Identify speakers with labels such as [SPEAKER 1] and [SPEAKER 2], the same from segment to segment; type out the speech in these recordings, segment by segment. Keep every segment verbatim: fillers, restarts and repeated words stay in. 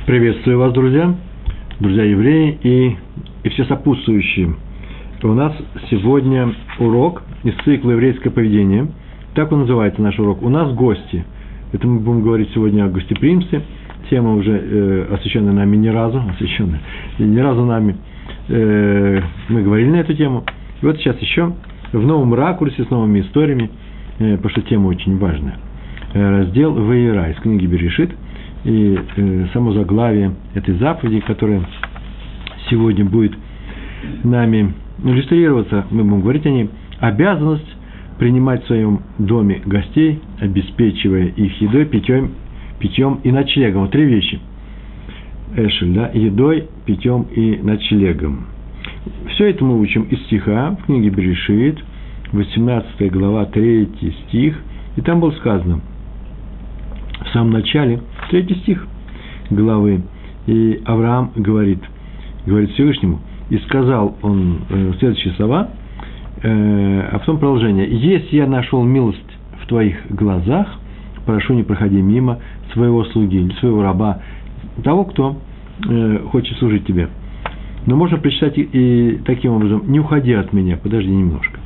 [SPEAKER 1] Приветствую вас, друзья, друзья евреи и, и все сопутствующие. У нас сегодня урок из цикла «Еврейское поведение». Так он называется, наш урок. У нас гости. Это мы будем говорить сегодня о гостеприимстве. Тема уже э, освещенная нами ни разу. Освещенная. И ни разу нами э, мы говорили на эту тему. И вот сейчас еще в новом ракурсе, с новыми историями, э, потому что тема очень важная. Э, раздел «Ваера» из книги Берешит. И э, само заглавие этой заповеди, которая сегодня будет нами иллюстрироваться, мы будем говорить о ней, обязанность принимать в своем доме гостей, обеспечивая их едой, питьем, питьем и ночлегом. Вот три вещи. Эшель, да, едой, питьем и ночлегом. Все это мы учим из стиха в книге Берешит, восемнадцатая глава, третий стих, и там было сказано, в самом начале, третий стих главы, и Авраам говорит, говорит Всевышнему, и сказал он э, следующие слова, э, а потом продолжение. «Если я нашел милость в твоих глазах, прошу, не проходи мимо своего слуги, или своего раба, того, кто э, хочет служить тебе». Но можно прочитать и, и таким образом, не уходи от меня, подожди немножко.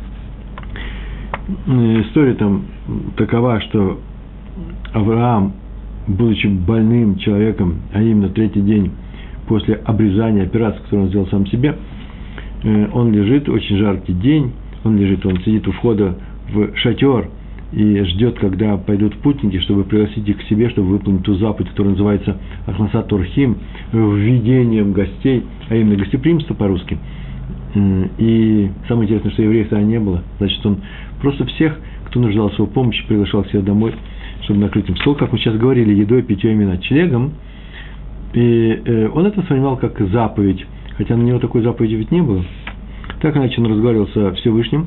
[SPEAKER 1] История там такова, что Авраам, будучи больным человеком, а именно третий день после обрезания, операции, которую он сделал сам себе, он лежит, очень жаркий день, он лежит, он сидит у входа в шатер и ждет, когда пойдут путники, чтобы пригласить их к себе, чтобы выполнить ту заповедь, которая называется «Ахнасат Орхим», введением гостей, а именно гостеприимство по-русски. И самое интересное, что евреев тогда не было, значит, он просто всех, кто нуждался в его помощи, приглашал к себе домой, чтобы накрыть им стол, как мы сейчас говорили, едой, питьем и ночлегом. И э, он это воспринимал как заповедь, хотя на него такой заповеди ведь не было. Так иначе он разговаривал со Всевышним.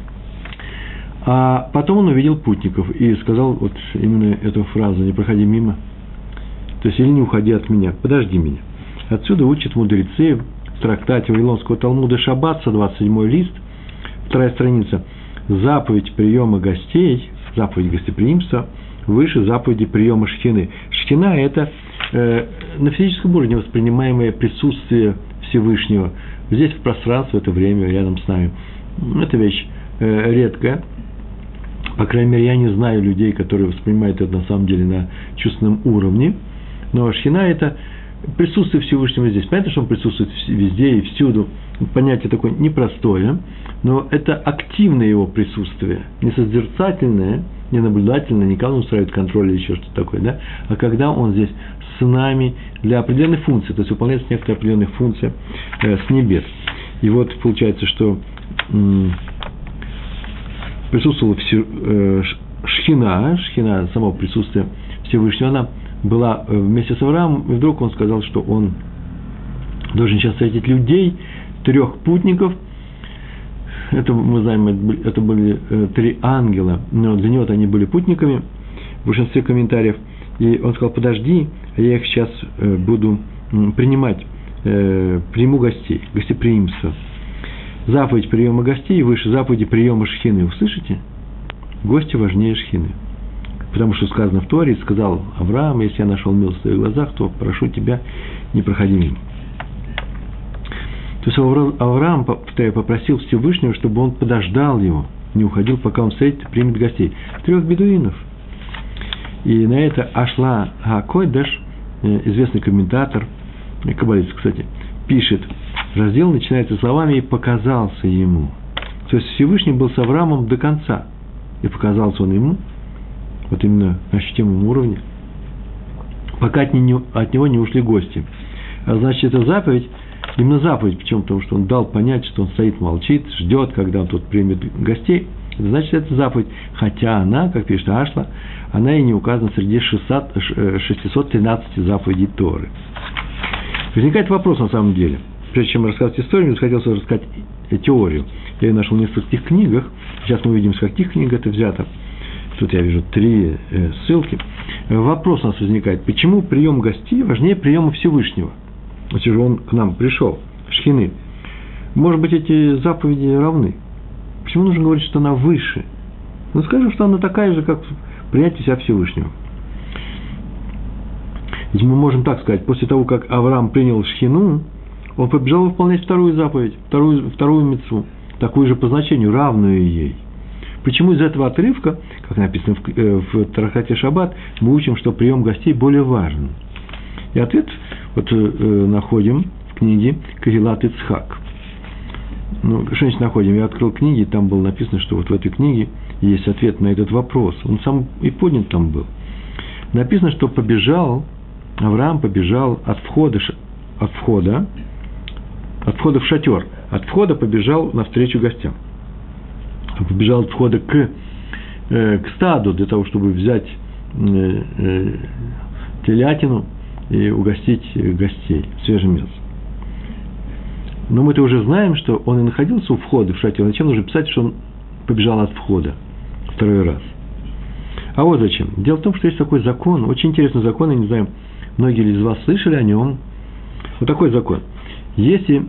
[SPEAKER 1] А потом он увидел путников и сказал вот именно эту фразу: «Не проходи мимо». То есть, или не уходи от меня, подожди меня. Отсюда учат мудрецы в трактате Вавилонского Талмуда Шаббат, двадцать седьмой лист, вторая страница, заповедь приема гостей, заповедь гостеприимства, выше заповеди приема шхины. Шхина – это э, на физическом уровне воспринимаемое присутствие Всевышнего. Здесь в пространстве, это время рядом с нами. Это вещь э, редкая. По крайней мере, я не знаю людей, которые воспринимают это на самом деле на чувственном уровне. Но шхина – это присутствие Всевышнего здесь. Понятно, что он присутствует везде и всюду. Понятие такое непростое, но это активное его присутствие, не созерцательное, не наблюдательное, не когда он устраивает контроль или еще что-то такое, да, а когда он здесь с нами для определенной функции, то есть выполняется некоторая определенная функция э, с небес. И вот получается, что м, присутствовала все, э, шхина, шхина самого присутствия Всевышнего, она была вместе с Авраамом, и вдруг он сказал, что он должен сейчас встретить людей, трех путников. Это, мы знаем, это были три ангела, но для него они были путниками в большинстве комментариев. И он сказал: подожди, я их сейчас буду принимать, приму гостей, гостеприимство. Заповедь приема гостей выше заповеди приема шхины. Услышите? Гости важнее шхины. Потому что сказано в Торе, сказал Авраам: если я нашел милость в твоих глазах, то прошу тебя, не проходи мимо. То есть Авраам попросил Всевышнего, чтобы он подождал его, не уходил, пока он встретит и примет гостей. Трех бедуинов. И на это Ашла Ха-Койдеш, известный комментатор, каббалист, кстати, пишет, раздел начинается словами «и показался ему». То есть Всевышний был с Авраамом до конца. И показался он ему, вот именно на ощутимом уровне, пока от него не ушли гости. А значит, это заповедь, именно заповедь, почему? Потому что он дал понять, что он стоит, молчит, ждет, когда он тут примет гостей. Это значит, это заповедь. Хотя она, как пишет Ашла, она и не указана среди шестисот тринадцати заповедей Торы. Возникает вопрос на самом деле. Прежде чем рассказать историю, мне хотелось рассказать теорию. Я ее нашел в нескольких книгах. Сейчас мы увидим, с каких книг это взято. Тут я вижу три ссылки. Вопрос у нас возникает. Почему прием гостей важнее приема Всевышнего? Если же он к нам пришел, шхины. Может быть, эти заповеди равны? Почему нужно говорить, что она выше? Ну, скажем, что она такая же, как принятие себя Всевышнего. Ведь мы можем так сказать, после того, как Авраам принял шхину, он побежал выполнять вторую заповедь, вторую, вторую мицву, такую же по значению, равную ей. Почему из этого отрывка, как написано в, в трактате Шаббат, мы учим, что прием гостей более важен? И ответ вот, э, находим в книге Кагилат Ицхак. Ну, что-нибудь находим. Я открыл книги, там было написано, что вот в этой книге есть ответ на этот вопрос. Он сам и поднят там был. Написано, что побежал, Авраам побежал от входа, от входа, от входа в шатер. От входа побежал навстречу гостям. Побежал от входа к, э, к стаду, для того, чтобы взять э, э, телятину и угостить гостей свежим мясом. Но мы-то уже знаем, что он и находился у входа в шатер. Зачем нужно писать, что он побежал от входа второй раз? А вот зачем. Дело в том, что есть такой закон, очень интересный закон, я не знаю, многие ли из вас слышали о нем. Вот такой закон. Если,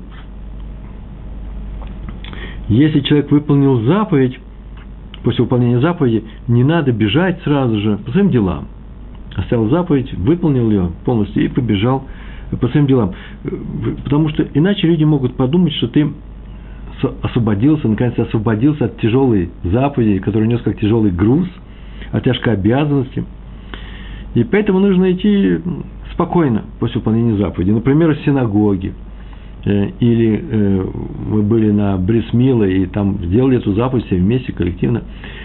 [SPEAKER 1] если человек выполнил заповедь, после выполнения заповеди, не надо бежать сразу же по своим делам. Оставил заповедь, выполнил ее полностью и побежал по своим делам. Потому что иначе люди могут подумать, что ты освободился, наконец освободился от тяжелой заповеди, которую нес как тяжелый груз, от тяжкой обязанности. И поэтому нужно идти спокойно после выполнения заповеди. Например, из синагоги. Или мы были на Брис Мила и там сделали эту заповедь все вместе, коллективно.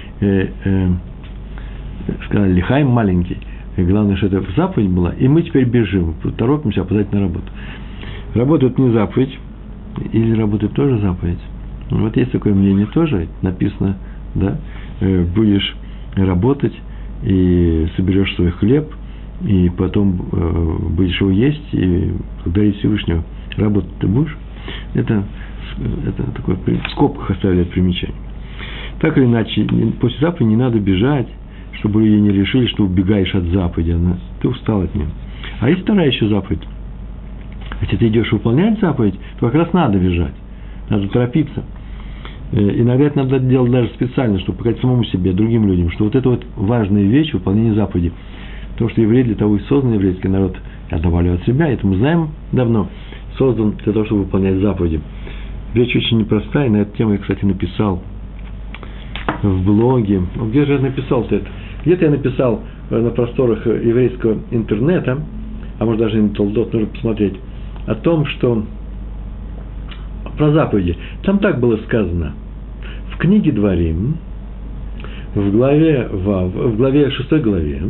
[SPEAKER 1] Сказали, лихаим маленький. И главное, что это заповедь была, и мы теперь бежим, торопимся опоздать на работу. Работает не заповедь, или работает тоже заповедь. Вот есть такое мнение тоже, написано, да, будешь работать, и соберешь свой хлеб, и потом будешь его есть, и благодарить Всевышнего. Работать ты будешь? Это, это такое, в скобках оставили это примечание. Так или иначе, после заповеди не надо бежать, чтобы люди не решили, что убегаешь от заповеди, ты устал от нее. А есть вторая еще заповедь. Если ты идешь выполнять заповедь, то как раз надо бежать, надо торопиться. Иногда это надо делать даже специально, чтобы показать самому себе, другим людям, что вот это вот важная вещь, выполнение заповеди. Потому что евреи для того и создан, еврейский народ, я добавлю от себя, это мы знаем давно, создан для того, чтобы выполнять заповеди. Речь очень непростая, и на эту тему я, кстати, написал в блоге. Где же я написал-то это? Где-то я написал на просторах еврейского интернета, а может даже и на Толдот, нужно посмотреть, о том, что про заповеди. Там так было сказано. В книге Дворим, в главе Вав, в главе, шестой главе,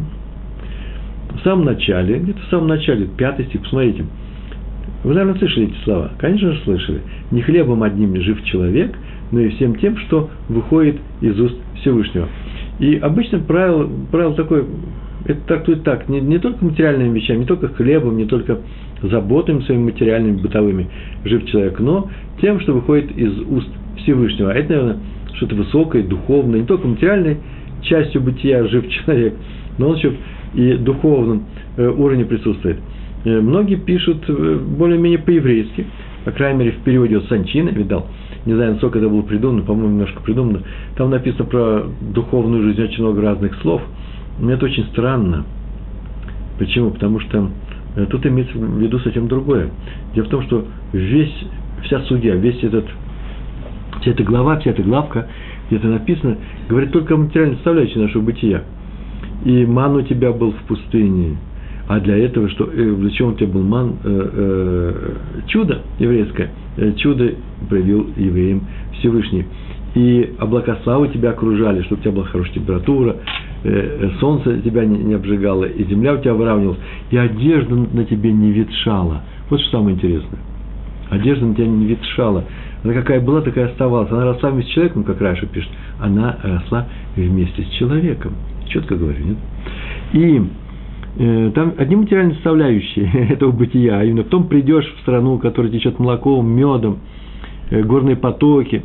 [SPEAKER 1] в самом начале, где-то в самом начале, пятый стих, посмотрите. Вы, наверное, слышали эти слова? Конечно же, слышали. Не хлебом одним жив человек, но и всем тем, что выходит из уст Всевышнего. И обычно правило, правило такое, это трактует так, не, не только материальными вещами, не только хлебом, не только заботами своими материальными, бытовыми жив человек, но тем, что выходит из уст Всевышнего. А это, наверное, что-то высокое, духовное, не только материальной частью бытия жив человек, но он еще и духовном уровне присутствует. Многие пишут более-менее по-еврейски, по крайней мере, в переводе от Санчина, видал, не знаю, насколько это было придумано, по-моему, немножко придумано. Там написано про духовную жизнь очень много разных слов. Но это очень странно. Почему? Потому что тут имеется в виду совсем другое. Дело в том, что весь, вся судья, весь этот, вся эта глава, вся эта главка, где это написано, говорит только о материальной составляющей нашего бытия. И ман у тебя был в пустыне. А для этого, что, для чего у тебя был ман, э, э, чудо еврейское, чудо проявил евреям Всевышний. И облака славы тебя окружали, чтобы у тебя была хорошая температура, э, солнце тебя не, не обжигало, и земля у тебя выравнивалась, и одежда на тебе не ветшала. Вот что самое интересное. Одежда на тебя не ветшала. Она какая была, такая оставалась. Она росла вместе с человеком, как Раша пишет. Она росла вместе с человеком. Четко говорю, нет? И там одни материальные составляющие этого бытия, а именно потом придешь в страну, которая течет молоком, медом, горные потоки.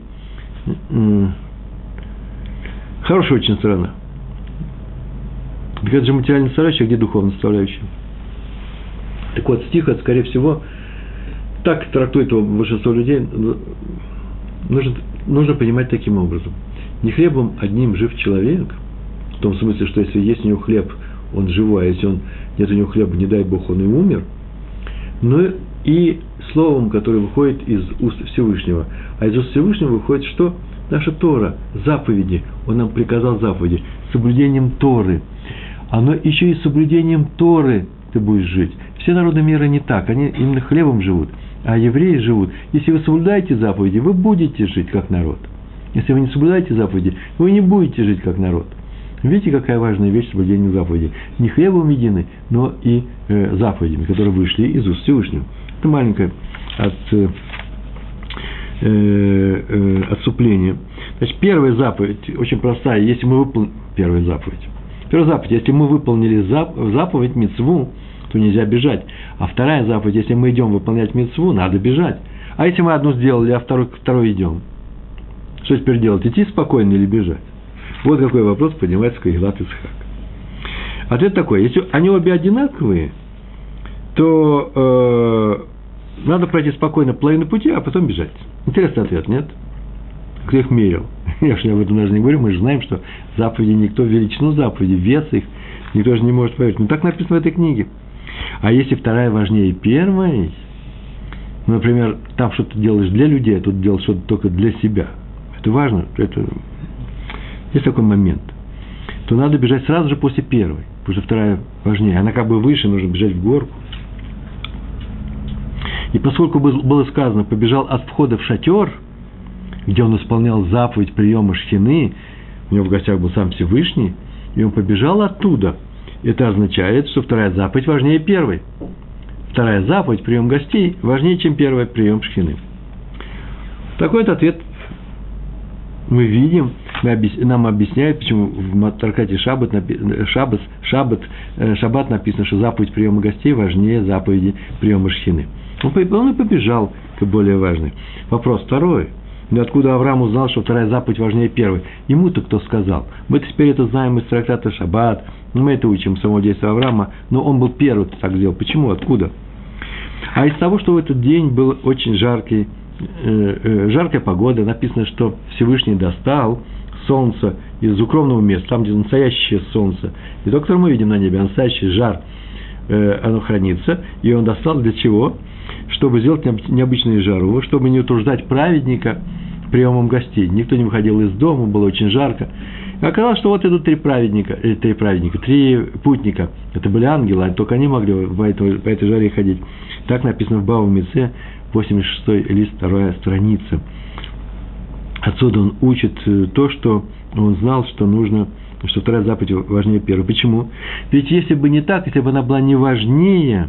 [SPEAKER 1] Хорошая очень страна. Так это же материальная составляющая, где духовная составляющая? Так вот, стих, это, скорее всего, так трактует его большинство людей, нужно, нужно понимать таким образом. Не хлебом одним жив человек, в том смысле, что если есть у него хлеб, он живой, а если он, нет у него хлеба, не дай Бог, он и умер. Ну и словом, которое выходит из уст Всевышнего. А из уст Всевышнего выходит что? Наша Тора, заповеди. Он нам приказал заповеди. Соблюдением Торы. Оно еще и соблюдением Торы ты будешь жить. Все народы мира не так. Они именно хлебом живут. А евреи живут. Если вы соблюдаете заповеди, вы будете жить как народ. Если вы не соблюдаете заповеди, вы не будете жить как народ. Видите, какая важная вещь соблюдение заповедей. Не хлебом едины, но и э, заповедями, которые вышли из уст Всевышнего. Это маленькое от, э, э, отступление. Значит, первая заповедь, очень простая, если мы выполним... Первая заповедь. Первая заповедь, если мы выполнили заповедь, мицву, то нельзя бежать. А вторая заповедь, если мы идем выполнять мицву, надо бежать. А если мы одну сделали, а второй, второй идем? Что теперь делать? Идти спокойно или бежать? Вот какой вопрос поднимается Кагилат Ицхак. Ответ такой. Если они обе одинаковые, то э, надо пройти спокойно половину пути, а потом бежать. Интересный ответ, нет? Кто их мерил? Я же об этом даже не говорю. Мы же знаем, что заповеди никто, величину заповедей, вес их, никто же не может поверить. Но так написано в этой книге. А если вторая важнее первой, ну, например, там что-то делаешь для людей, а тут делаешь что-то только для себя. Это важно. Это... Есть такой момент. То надо бежать сразу же после первой, потому что вторая важнее. Она как бы выше, нужно бежать в горку. И поскольку было сказано, побежал от входа в шатер, где он исполнял заповедь приема шхины, у него в гостях был сам Всевышний, и он побежал оттуда. Это означает, что вторая заповедь важнее первой. Вторая заповедь, прием гостей, важнее, чем первая, прием шхины. Такой вот ответ мы видим, нам объясняют, почему в Трактате Шаббат, Шаббат, Шаббат, Шаббат написано, что заповедь приема гостей важнее заповеди приема шхины. Он и побежал к более важной. Вопрос второй. Но откуда Авраам узнал, что вторая заповедь важнее первой? Ему-то кто сказал? Мы теперь это знаем из Трактата Шаббат, мы это учим, самого действия Авраама, но он был первый, кто так сделал. Почему? Откуда? А из того, что в этот день был очень жаркий, э, э, жаркая погода, написано, что Всевышний достал солнце из укромного места, там, где настоящее солнце, не то, которое мы видим на небе, а настоящий жар, э, оно хранится, и он достал для чего? Чтобы сделать необычную жару, чтобы не утруждать праведника приемом гостей. Никто не выходил из дома, было очень жарко. И оказалось, что вот идут три праведника, э, три праведника, три путника. Это были ангелы, а только они могли по этой, по этой жаре ходить. Так написано в Бава Меце, восемьдесят шестой лист, вторая страница. Отсюда он учит то, что он знал, что нужно, что вторая заповедь важнее первой. Почему? Ведь если бы не так, если бы она была не важнее,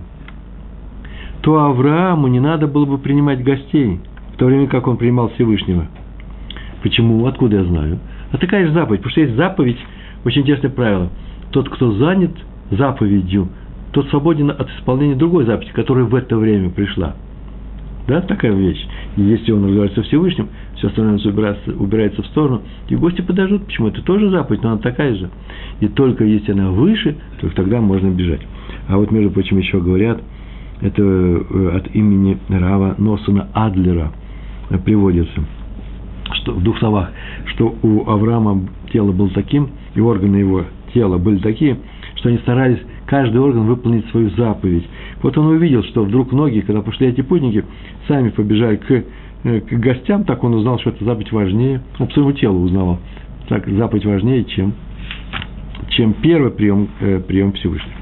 [SPEAKER 1] то Аврааму не надо было бы принимать гостей, в то время как он принимал Всевышнего. Почему? Откуда я знаю? А такая же заповедь, потому что есть заповедь, очень интересное правило. Тот, кто занят заповедью, тот свободен от исполнения другой заповеди, которая в это время пришла. Да, такая вещь. И если он разговаривает со Всевышним, все остальное убирается, убирается в сторону, и гости подождут. Почему? Это тоже заповедь, но она такая же. И только если она выше, только тогда можно бежать. А вот, между прочим, еще говорят, это от имени Рава Носона Адлера приводится, что, в двух словах, что у Авраама тело было таким, и органы его тела были такие, что они старались каждый орган выполнить свою заповедь. Вот он увидел, что вдруг многие, когда пошли эти путники, сами побежали к, к гостям, так он узнал, что эта заповедь важнее, он по своему телу узнавал, так заповедь важнее, чем, чем первый прием, э, прием Всевышнего.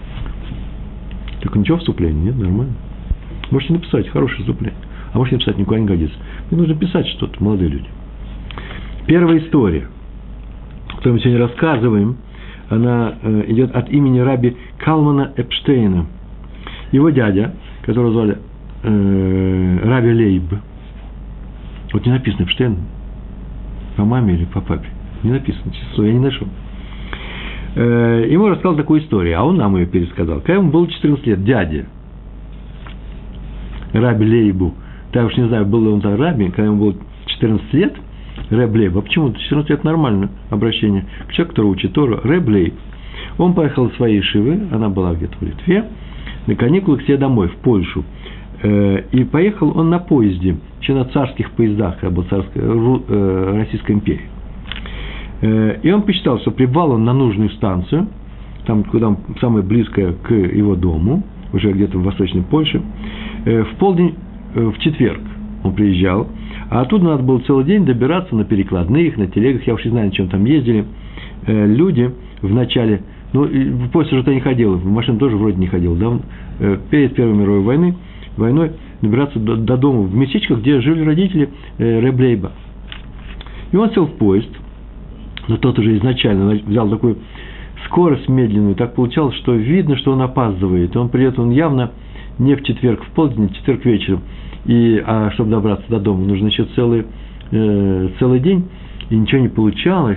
[SPEAKER 1] Так ничего вступления, нет, нормально. Можете написать, хорошее вступление. А можете написать, никуда не годится. Мне нужно писать что-то, молодые люди. Первая история, которую мы сегодня рассказываем, она э, идет от имени раби Калмана Эпштейна. Его дядя, которого звали э, Раби Лейб, вот не написано Эпштейн, по маме или по папе, не написано, число я не нашел. Э, ему рассказал такую историю, а он нам ее пересказал. Когда ему было четырнадцать лет, дядя Раби Лейбу, я уж не знаю, был ли он там раби, когда ему было четырнадцать лет, Реб Лейб, а почему? четырнадцать лет нормально обращение к человеку, который учит Тору, Реб Лейб. Он поехал из своей шивы, она была где-то в Литве, на каникулы к себе домой, в Польшу. И поехал он на поезде, еще на царских поездах, когда была царская, Российская империя. И он посчитал, что прибывал он на нужную станцию, там, куда самое близкое к его дому, уже где-то в Восточной Польше, в полдень, в четверг он приезжал, а оттуда надо было целый день добираться на перекладных, на телегах, я уж не знаю, на чем там ездили. Люди в начале, ну, в поезд уже-то не ходил, в машину тоже вроде не ходил, да, перед Первой мировой войной, войной добираться до, до дома в местечках, где жили родители Реб Лейба. И он сел в поезд, но тот уже изначально взял такую скорость медленную, так получалось, что видно, что он опаздывает. Он придет, он явно не в четверг в полдень, в четверг вечером. И, а чтобы добраться до дома, нужно еще целый, э, целый день, и ничего не получалось,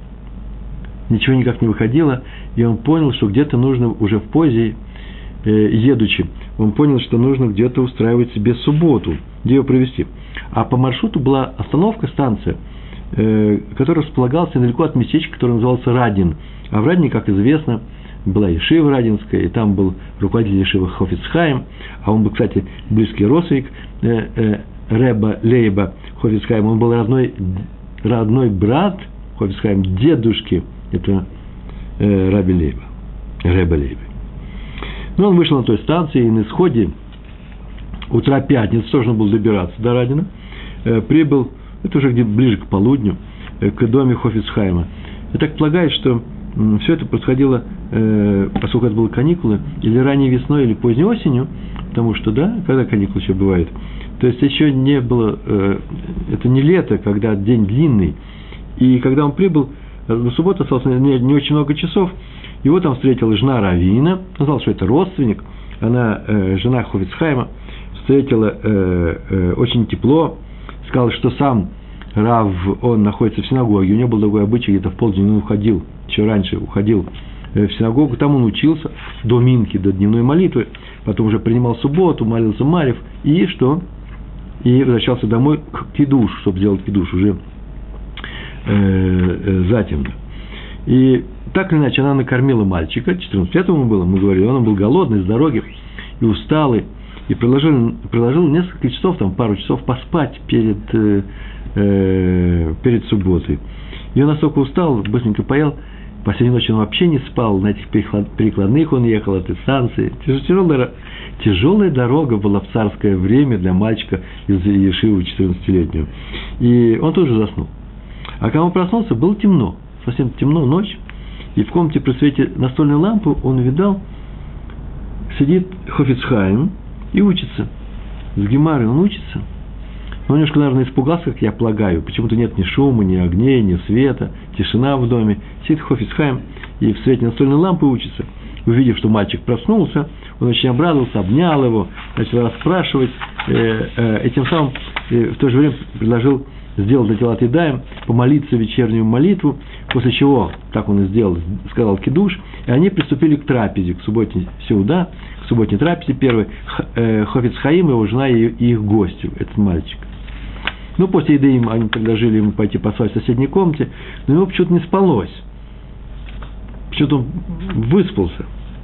[SPEAKER 1] ничего никак не выходило, и он понял, что где-то нужно уже в поезде, э, едучи, он понял, что нужно где-то устраивать себе субботу, где ее провести. А по маршруту была остановка, станция, э, которая располагалась недалеко от местечка, которое назывался Радин. А в Радине, как известно, была Ешива Радинская, и там был руководитель Ешивы Хофец Хаим, а он был, кстати, близкий родственник э, э, Реба Лейба Хофец Хаим, он был родной, родной брат Хофец Хаим, дедушки, это э, Раби Лейба, Реба Лейба. Но он вышел на той станции, и на исходе утра пятницы, должен был добираться до Радина, э, прибыл, это уже где ближе к полудню, э, к доме Хофец Хаима. И так полагает, что все это происходило, э, поскольку это были каникулы, или ранней весной, или поздней осенью, потому что, да, когда каникулы еще бывают, то есть еще не было, э, это не лето, когда день длинный, и когда он прибыл, на субботу осталось не, не очень много часов, его там встретила жена Равина, сказала, что это родственник, она, э, жена Хофец Хаима, встретила э, э, очень тепло, сказала, что сам Рав, он находится в синагоге, у него был такой обычай, где-то в полдень он уходил, еще раньше уходил в синагогу, там он учился до минки, до дневной молитвы, потом уже принимал субботу, молился Марев, и что? И возвращался домой к кидуш, чтобы сделать кидуш уже э, э, затемно. И так или иначе она накормила мальчика, четырнадцать лет ему было, мы говорили, он был голодный, с дороги, и усталый, и предложил, предложил несколько часов, там пару часов поспать перед, э, э, перед субботой. И он настолько устал, быстренько поел. Последнюю ночь он вообще не спал, на этих перекладных он ехал от станции. Тяжелая, тяжелая дорога была в царское время для мальчика из Ешивы четырнадцатилетнего. И он тоже заснул. А когда он проснулся, было темно, совсем темно, ночь. И в комнате при свете настольной лампы он видал, сидит Хофец Хаим и учится. С Гемарой он учится. Он немножко, наверное, испугался, как я полагаю. Почему-то нет ни шума, ни огней, ни света, тишина в доме. Сидит Хофец Хаим и в свете настольной лампы учится. Увидев, что мальчик проснулся, он очень обрадовался, обнял его, начал расспрашивать. Э, э, и тем самым э, в то же время предложил сделать Натилат Ядаим, помолиться вечернюю молитву, после чего, так он и сделал, сказал кидуш, и они приступили к трапезе, к субботней сеуда, к субботней трапезе первой, э, Хофец Хаим, его жена и их гостю, этот мальчик. Ну, после еды им, они предложили ему пойти поспать в соседней комнате, но ему почему-то не спалось. Почему-то он выспался.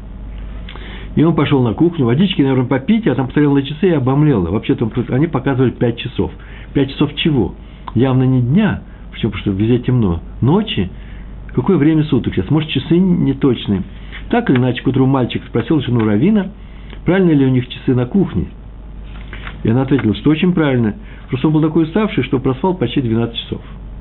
[SPEAKER 1] И он пошел на кухню, водички, наверное, попить, а там посмотрел на часы и обомлел. Вообще-то они показывали пять часов. Пять часов чего? Явно не дня, почему? Потому что везде темно. Ночи? Какое время суток сейчас? Может, часы не точные? Так или иначе, к утру мальчик спросил жену Равина, правильно ли у них часы на кухне. И она ответила, что очень правильно. Просто он был такой уставший, что проспал почти двенадцать часов.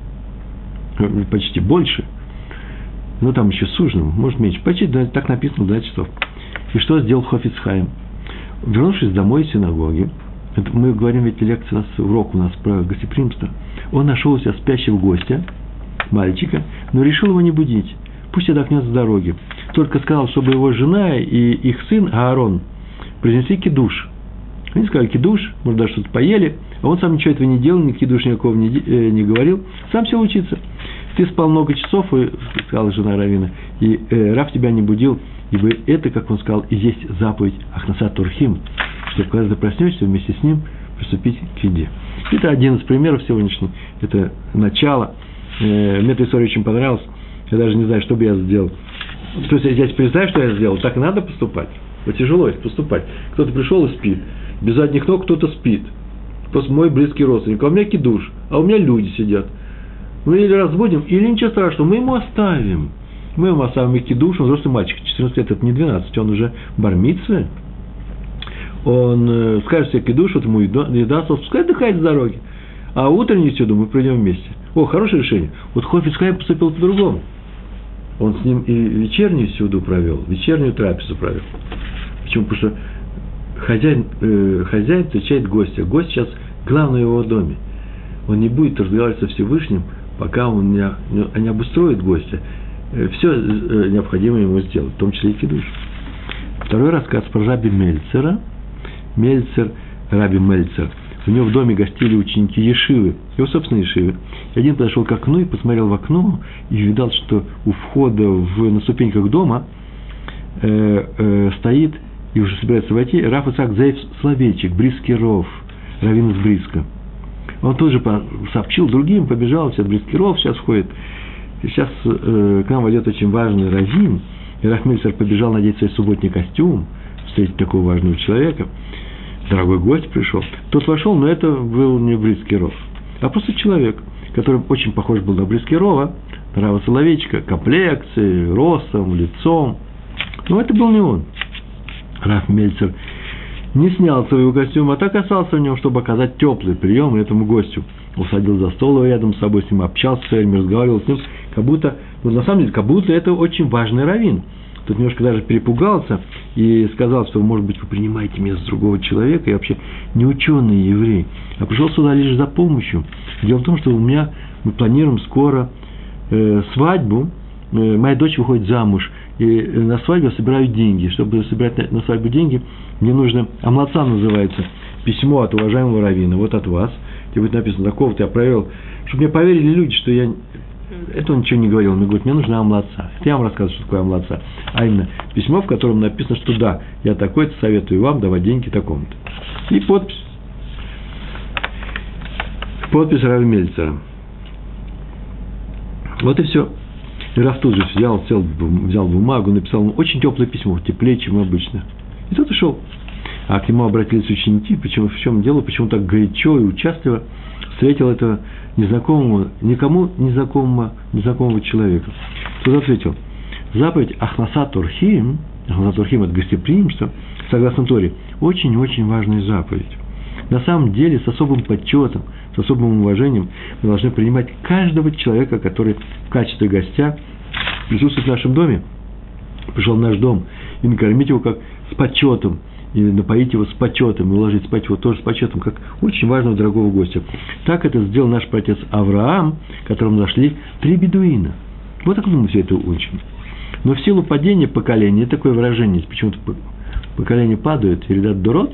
[SPEAKER 1] Почти больше. Ну, там еще сужено, может, меньше. Почти, так написано, двенадцать часов. И что сделал Хофец Хаим? Вернувшись домой из синагоги, это мы говорим, ведь лекция у нас, урок у нас про гостеприимство, он нашел у себя спящего гостя, мальчика, но решил его не будить. Пусть отдохнет с дороги. Только сказал, чтобы его жена и их сын Аарон произнесли кидуш. Они сказали кидуш, может, даже что-то поели, а он сам ничего этого не делал, ни кидуш никакого не, э, не говорил, сам сел учиться. Ты спал много часов, и, сказала жена Равина, и э, Рав тебя не будил, ибо это, как он сказал, и есть заповедь Ахнасат Турхим, чтобы когда ты проснешься, вместе с ним приступить к еде. Это один из примеров сегодняшний, это начало. Э, мне эта история очень понравилась, я даже не знаю, что бы я сделал. То есть, я теперь знаю, что я сделал, так и надо поступать. Вот тяжело поступать. Кто-то пришел и спит, без задних ног кто-то спит. Просто мой близкий родственник, а у меня кидуш, а у меня люди сидят. Мы или разбудим, или ничего страшного, мы ему оставим. Мы ему оставим кидуш, он взрослый мальчик, четырнадцать лет, это не двенадцать, он уже бар-мицва. Он э, скажет себе кидуш, вот ему не даст, он пускай отдыхает с дороги. А утреннюю сюда мы пройдем вместе. О, хорошее решение. Вот Хофец Хаим поступил по-другому. Он с ним и вечернюю сюду провел, вечернюю трапезу провел. Почему? Потому что хозяин, э, хозяин встречает гостя. Гость сейчас главный в его доме. Он не будет разговаривать со Всевышним, пока он не, не, не обустроит гостя. Э, все э, необходимое ему сделать, в том числе и кидуш. Второй рассказ про раби Мельцера. Мельцер, раби Мельцер. У него в доме гостили ученики Ешивы, его собственной Ешивы. И один подошел к окну и посмотрел в окно, и видал, что у входа в, на ступеньках дома э, э, стоит, и уже собирается войти, Рав Ицхак Зеев Соловейчик, Брисский Ров, раввин из Бриска. Он тоже сообщил другим, побежал, сейчас Брисский Ров сейчас входит. И сейчас э, к нам войдет очень важный раввин, и Рав Мельцер побежал надеть свой субботний костюм, встретить такого важного человека. Дорогой гость пришел. Тот вошел, но это был не Брисский Ров, а просто человек, который очень похож был на Брисский Рова, на Рава Соловейчика, комплекцией, ростом, лицом. Но это был не он. Рав Мельцер не снял своего костюма, а так остался в нем, чтобы оказать теплый прием этому гостю. Усадил за стол рядом с собой, с ним общался, с ним разговаривал с ним, как будто, ну, на самом деле, как будто это очень важный раввин. Тут немножко даже перепугался и сказал, что, может быть, вы принимаете меня за другого человека, я вообще не ученый еврей, а пришел сюда лишь за помощью. Дело в том, что у меня, мы планируем скоро э, свадьбу, э, моя дочь выходит замуж, и на свадьбу я собираю деньги. Чтобы собирать на, на свадьбу деньги, мне нужно, омлаца называется, письмо от уважаемого раввина, вот от вас, где будет написано, такого-то я провел, чтобы мне поверили люди, что я... Это он ничего не говорил, он мне говорит, мне нужна омлаца. Это я вам рассказываю, что такое омлаца. А именно письмо, в котором написано, что да, я такой-то, советую вам давать деньги такому-то. И подпись. Подпись Рави Мельцера. Вот и все. И Рав тут же взял, сел, взял бумагу, написал ему очень теплое письмо, теплее, чем обычно. И тот ушел. А к нему обратились ученики, почему, в чем дело, почему так горячо и участливо встретил этого незнакомого, никому незнакомого, незнакомого человека. Тот ответил, заповедь Ахнасат Орхим, Ахнасат Орхим – это гостеприимство, согласно Торе, очень-очень важная заповедь. На самом деле, с особым почетом, с особым уважением мы должны принимать каждого человека, который в качестве гостя присутствует в нашем доме, пришел в наш дом, и накормить его как с почетом, и напоить его с почетом, и уложить спать его тоже с почетом, как очень важного дорогого гостя. Так это сделал наш праотец Авраам, которому нашли три бедуина. Вот так мы все это учим. Но в силу падения поколения, такое выражение, почему-то поколение падает, и ребят дурот,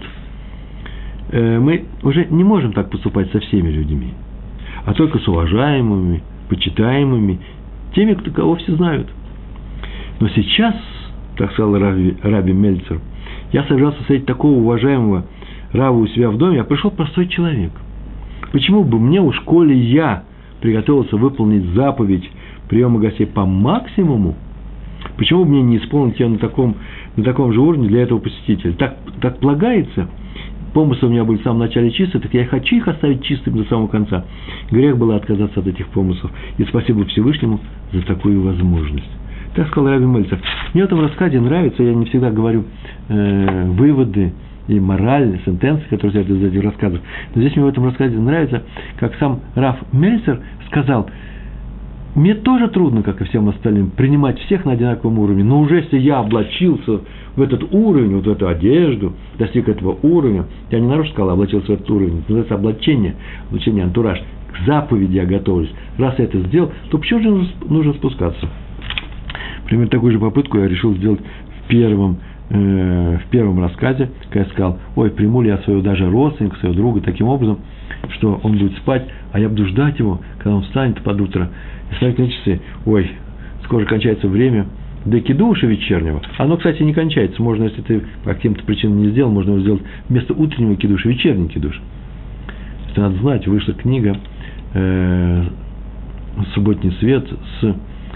[SPEAKER 1] мы уже не можем так поступать со всеми людьми, а только с уважаемыми, почитаемыми, теми, кто, кого все знают. Но сейчас, так сказал Раби, Раби Мельцер, я собирался встретить такого уважаемого рава у себя в доме, а пришел простой человек. Почему бы мне, уж коли я приготовился выполнить заповедь приема гостей по максимуму, почему бы мне не исполнить ее на таком, на таком же уровне для этого посетителя? Так, так полагается, помыслы у меня были в самом начале чистые, так я хочу их оставить чистыми до самого конца. Грех было отказаться от этих помыслов. И спасибо Всевышнему за такую возможность. Так сказал Раби Мельцер. Мне в этом рассказе нравится, я не всегда говорю э, выводы и мораль, сентенции, которые следуют из этих рассказов. Но здесь мне в этом рассказе нравится, как сам Рав Мельцер сказал, мне тоже трудно, как и всем остальным, принимать всех на одинаковом уровне, но уже если я облачился в этот уровень, вот в эту одежду, достиг этого уровня, я не нарочно сказал, облачился в этот уровень, это называется облачение, облачение, антураж, к заповеди я готовлюсь. Раз я это сделал, то почему же нужно спускаться? Примерно такую же попытку я решил сделать в первом, э, в первом рассказе, когда я сказал, ой, приму ли я своего даже родственника, своего друга таким образом, что он будет спать, а я буду ждать его, когда он встанет под утро, и смотреть на часы, ой, скоро кончается время до кидуша вечернего. Оно, кстати, не кончается, можно, если ты по каким-то причинам не сделал, можно его сделать вместо утреннего кидуша, вечерний кидуш. Это надо знать, вышла книга э, «Субботний свет» с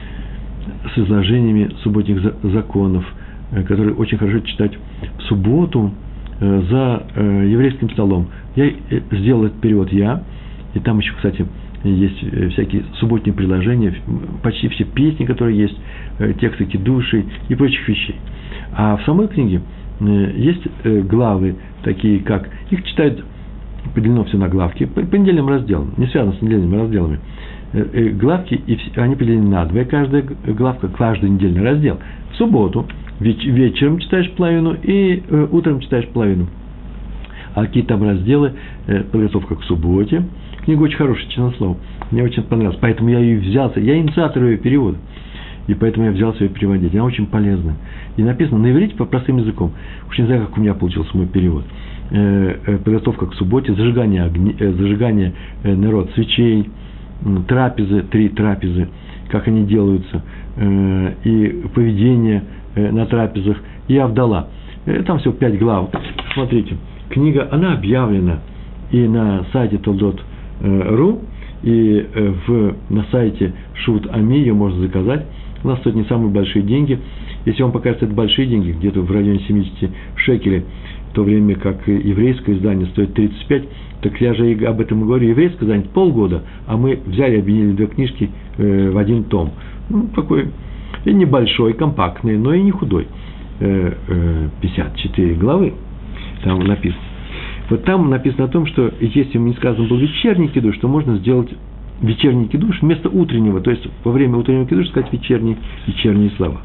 [SPEAKER 1] с изложениями субботних законов, которые очень хорошо читать в субботу за еврейским столом. Я сделал этот перевод я, и там еще, кстати, есть всякие субботние приложения, почти все песни, которые есть, тексты кидуши и прочих вещей. А в самой книге есть главы, такие как, их читают, поделено все на главки, по недельным разделам, не связано с недельными разделами. Главки, и они поделены на две, каждая главка, каждый недельный раздел. В субботу веч- вечером читаешь половину и э, утром читаешь половину. А какие там разделы, э, подготовка к субботе. Книга очень хорошая, честное слово. Мне очень понравилась. Поэтому я ее взялся. Я инициатор ее перевода. И поэтому я взялся ее переводить. Она очень полезная. И написано на иврите по простым языком. Уж не знаю, как у меня получился мой перевод. Э, э, подготовка к субботе, зажигание, огни, э, зажигание э, народ свечей, трапезы, три трапезы, как они делаются, э, и поведение э, на трапезах, и Авдала. Э, там всего пять глав. Смотрите, книга, она объявлена и на сайте толдот точка ру, и э, в, на сайте Шут Ами ее можно заказать. У нас стоит не самые большие деньги. Если вам покажется это большие деньги, где-то в районе семьдесят шекелей, в то время как еврейское издание стоит тридцать пять, так я же об этом и говорю. Еврейское издание полгода, а мы взяли и объединили две книжки э, в один том. Ну, такой и небольшой, компактный, но и не худой. Э, э, пятьдесят четыре главы там написано. Вот там написано о том, что если не сказано был вечерний кидуш, то можно сделать вечерний кидуш вместо утреннего, то есть во время утреннего кидуша сказать вечерние, вечерние слова.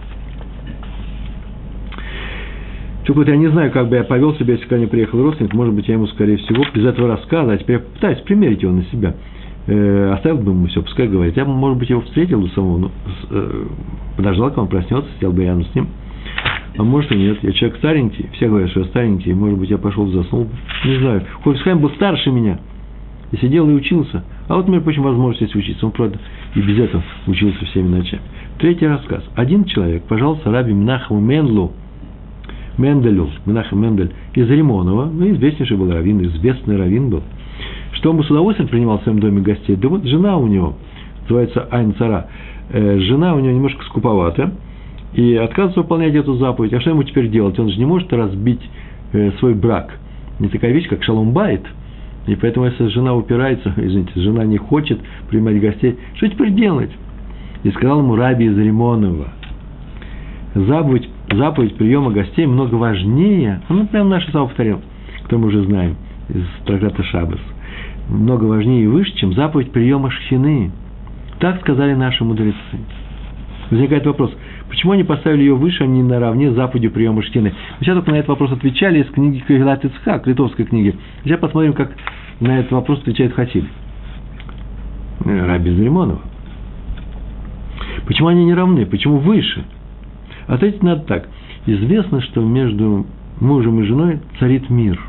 [SPEAKER 1] Только вот я не знаю, как бы я повел себя, если ко мне приехал родственник, может быть, я ему, скорее всего, без этого рассказа, а теперь я пытаюсь примерить его на себя, э, оставил бы ему все, пускай говорит. Я бы, может быть, его встретил бы самого, ну, э, подождал, когда он проснется, сидел бы рядом с ним. А может и нет. Я человек старенький, все говорят, что я старенький, может быть, я пошел заснул, не знаю. Хофец Хаим был старше меня, и сидел и учился. А вот, между прочим, возможность есть учиться. Он, правда, и без этого учился всеми ночами. Третий рассказ. Один человек пожаловался раби Менахему Мендлу, Менделю, Менахем Мендель, из Римонова, ну, известнейший был раввин, известный раввин был, что он бы с удовольствием принимал в своем доме гостей. Да вот жена у него, называется Айн Цара, э, жена у него немножко скуповата, и отказывается выполнять эту заповедь. А что ему теперь делать? Он же не может разбить э, свой брак. Не такая вещь, как шалом байт. И поэтому, если жена упирается, извините, жена не хочет принимать гостей, что теперь делать? И сказал ему раби из Римонова, заповедь, заповедь приема гостей много важнее, ну, прям наши слова повторим, кто мы уже знаем, из трактата Шаббос, много важнее и выше, чем заповедь приема шхины. Так сказали наши мудрецы. Возникает вопрос, почему они поставили ее выше, а не наравне с заповедью приема шхины? Мы сейчас только на этот вопрос отвечали из книги Кагилат Ицхак, литовской книги. Сейчас посмотрим, как на этот вопрос отвечает Хасид, раби из Римонова. Почему они не равны? Почему выше? Ответить надо так. Известно, что между мужем и женой царит мир.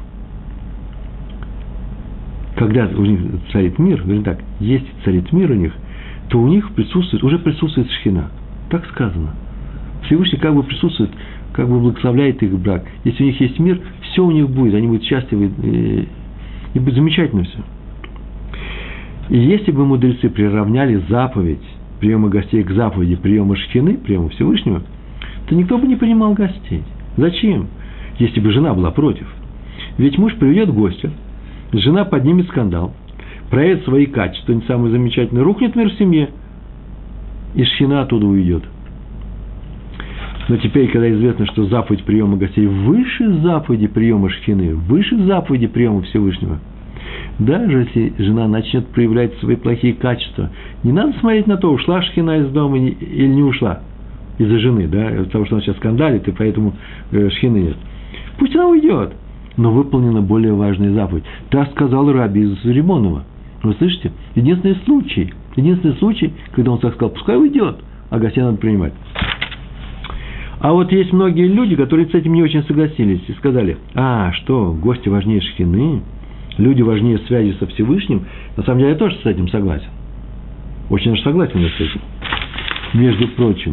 [SPEAKER 1] Когда у них царит мир, вернее так, есть царит мир у них, то у них присутствует, уже присутствует шхина. Так сказано. Всевышний как бы присутствует, как бы благословляет их брак. Если у них есть мир, все у них будет, они будут счастливы, и, и будет замечательно все. И если бы мудрецы приравняли заповедь приема гостей к заповеди приема шхины, приема Всевышнего, то никто бы не принимал гостей. Зачем? Если бы жена была против. Ведь муж приведет гостя, жена поднимет скандал, проявит свои качества, не самые замечательные, рухнет мир в семье, и шхина оттуда уйдет. Но теперь, когда известно, что заповедь приема гостей выше заповеди приема шхины, выше заповеди приема Всевышнего, даже если жена начнет проявлять свои плохие качества, не надо смотреть на то, ушла шхина из дома или не ушла из-за жены, да, из-за того, что она сейчас скандалит, и поэтому шхины нет. Пусть она уйдет, но выполнена более важная заповедь. Так сказал раби из Римонова. Вы слышите? Единственный случай, единственный случай, когда он так сказал, пускай уйдет, а гостей надо принимать. А вот есть многие люди, которые с этим не очень согласились и сказали, а, что, гости важнее шхины, люди важнее связи со Всевышним. На самом деле я тоже с этим согласен. Очень уж согласен с этим. Между прочим.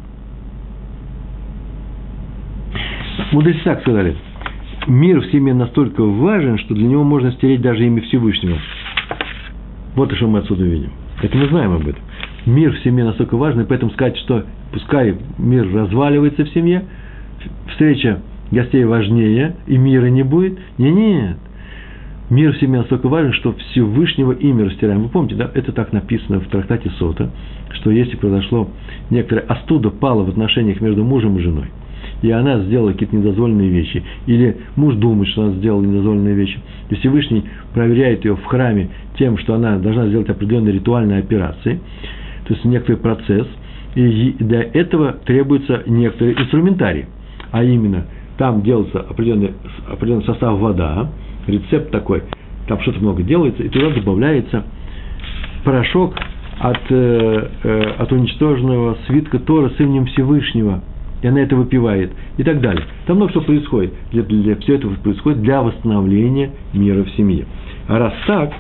[SPEAKER 1] Мудрецы так сказали, мир в семье настолько важен, что для него можно стереть даже имя Всевышнего. Вот и что мы отсюда видим. Это мы знаем об этом. Мир в семье настолько важен, и поэтому сказать, что пускай мир разваливается в семье, встреча гостей важнее, и мира не будет. Не, нет. Мир в семье настолько важен, что Всевышнего имя растираем. Вы помните, да, это так написано в трактате Сота, что если произошло некоторая остуда пала в отношениях между мужем и женой, и она сделала какие-то недозволенные вещи, или муж думает, что она сделала недозволенные вещи, и Всевышний проверяет ее в храме тем, что она должна сделать определенные ритуальные операции, то есть некоторый процесс, и для этого требуется некоторый инструментарий, а именно там делается определенный, определенный состав вода, рецепт такой, там что-то много делается, и туда добавляется порошок от, э, э, от уничтоженного свитка Тора с именем Всевышнего, и она это выпивает, и так далее. Там много что происходит, для, для, все это происходит для восстановления мира в семье. А раз так,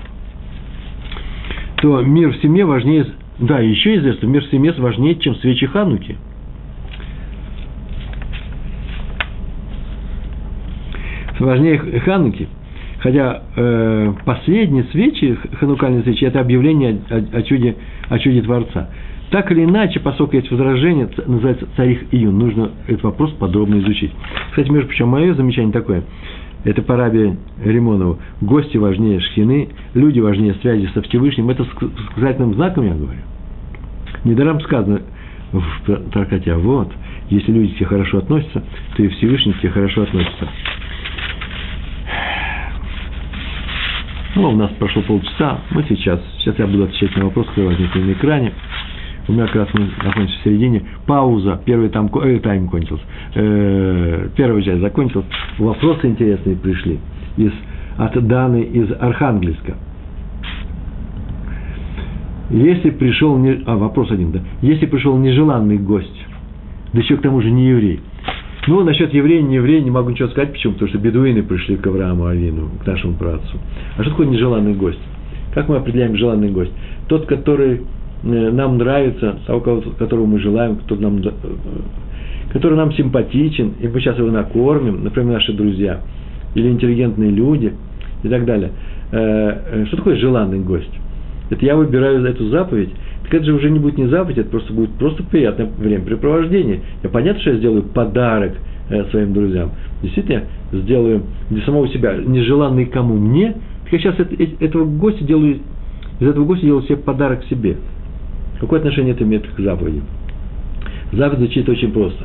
[SPEAKER 1] то мир в семье важнее, да, еще известно, мир в семье важнее, чем свечи Хануки. Важнее Хануки. Хотя э, последние свечи, ханукальные свечи, это объявление о, о, чуде, о чуде Творца. Так или иначе, поскольку есть возражение, называется Царих Июн, нужно этот вопрос подробно изучить. Кстати, между прочим, мое замечание такое, это по Раби Римонову, гости важнее шхины, люди важнее связи со Всевышним, это с сказательным знаком, я говорю. Недаром сказано в трактате, а вот, если люди к тебе хорошо относятся, то и Всевышний к тебе хорошо относится. Ну, у нас прошло полчаса, мы сейчас, сейчас я буду отвечать на вопрос, который возник на экране. У меня как раз мы находимся в середине. Пауза, первый там, э, тайм кончился. Э, первая часть закончилась. Вопросы интересные пришли из, от Даны из Архангельска. Если пришел, не, а, вопрос один, да. Если пришел нежеланный гость, да еще к тому же не еврей. Ну, насчет еврея, не еврея, не могу ничего сказать. Почему? Потому что бедуины пришли к Аврааму Авину, к нашему працу. А что такое нежеланный гость? Как мы определяем желанный гость? Тот, который нам нравится, того, которого мы желаем, кто нам, который нам симпатичен, и мы сейчас его накормим, например, наши друзья, или интеллигентные люди, и так далее. Что такое желанный гость? Это я выбираю эту заповедь, так это же уже не будет не заповедь, это просто будет просто приятное времяпрепровождение. Я понятно, что я сделаю подарок своим друзьям. Действительно, сделаю для самого себя, нежеланный кому мне, так я сейчас этого гостя делаю, из этого гостя делаю себе подарок себе. Какое отношение это имеет к заповеди? Заповедь звучит очень просто.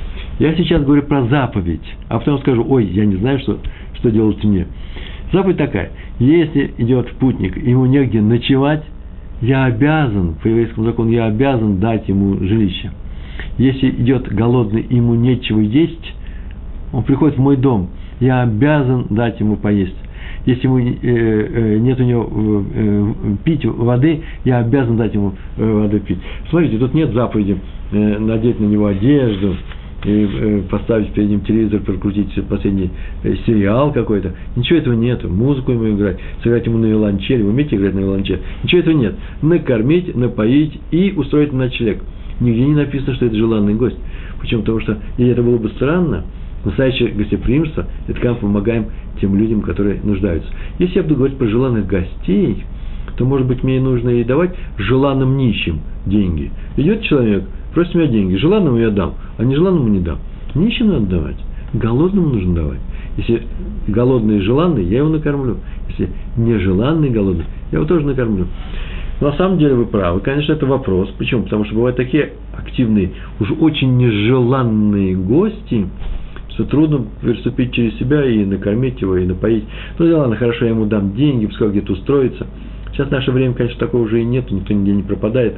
[SPEAKER 1] Я сейчас говорю про заповедь, а потом скажу, ой, я не знаю, что, что делать мне. Заповедь такая, если идет путник, ему негде ночевать, я обязан, по еврейскому закону, я обязан дать ему жилище. Если идет голодный, ему нечего есть, он приходит в мой дом, я обязан дать ему поесть. Если ему, э, э, нет у него э, пить воды, я обязан дать ему э, воды пить. Смотрите, тут нет заповеди э, надеть на него одежду, и э, поставить перед ним телевизор, прокрутить последний э, сериал какой-то. Ничего этого нету. Музыку ему играть, сыграть ему на виолончели. Вы умеете играть на виолончели? Ничего этого нет. Накормить, напоить и устроить ночлег. Нигде не написано, что это желанный гость. Почему? Потому что, и это было бы странно, настоящее гостеприимство – это когда мы помогаем тем людям, которые нуждаются. Если я буду говорить про желанных гостей, то, может быть, мне нужно и давать желанным нищим деньги. Идет человек, просит меня деньги, желанному я дам, а нежеланному не дам. Нищим надо давать, голодному нужно давать. Если голодный и желанный, я его накормлю. Если нежеланный и голодный, я его тоже накормлю. Но на самом деле вы правы, конечно, это вопрос. Почему? Потому что бывают такие активные, уж очень нежеланные гости, что трудно переступить через себя и накормить его, и напоить. Ну, да ладно, хорошо, я ему дам деньги, пускай где-то устроится. Сейчас в наше время, конечно, такого уже и нет, никто нигде не пропадает.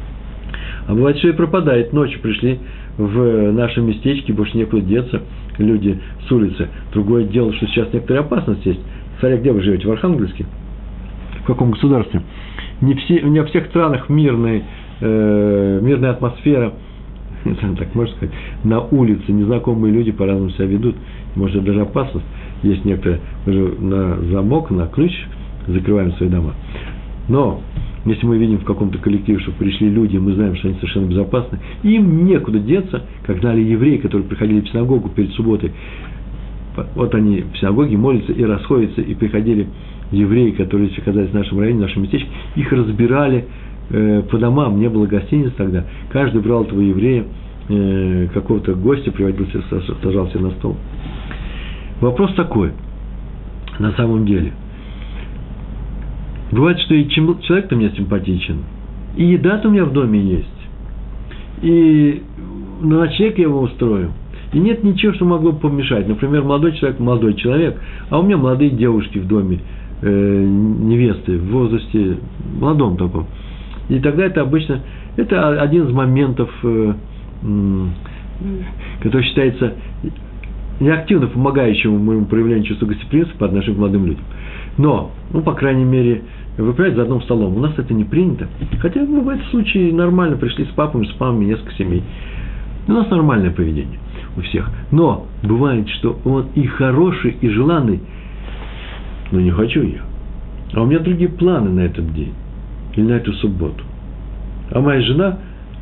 [SPEAKER 1] А бывает, что и пропадает. Ночью пришли в наше местечко, больше некуда деться, люди с улицы. Другое дело, что сейчас некоторая опасность есть. Смотря, где вы живете, в Архангельске? В каком государстве? Не, все, не во всех странах мирная, э, мирная атмосфера, так можно сказать, на улице незнакомые люди по-разному себя ведут, может, даже опасность. Есть некоторые, мы же на замок, на ключ закрываем свои дома. Но, если мы видим в каком-то коллективе, что пришли люди, мы знаем, что они совершенно безопасны, им некуда деться, как знали евреи, которые приходили в синагогу перед субботой. Вот они в синагоге молятся и расходятся, и приходили евреи, которые оказались в нашем районе, в нашем местечке, их разбирали э, по домам, не было гостиниц тогда. Каждый брал этого еврея, э, какого-то гостя, приводил, сажал себе на стол. Вопрос такой, на самом деле, Бывает, что и человек-то мне симпатичен, и еда-то у меня в доме есть, и на ночлег я его устрою. И нет ничего, что могло бы помешать. Например, молодой человек – молодой человек, а у меня молодые девушки в доме, э, невесты в возрасте молодом таком. И тогда это обычно, это один из моментов, э, э, который считается неактивно помогающим моему проявлению чувства гостеприимства по отношению к молодым людям. Но, ну, по крайней мере, выпивать за одним столом. У нас это не принято. Хотя бывает случаи нормально, пришли с папами, с мамами, несколько семей. У нас нормальное поведение у всех. Но бывает, что он и хороший, и желанный, но не хочу я. А у меня другие планы на этот день. Или на эту субботу. А моя жена,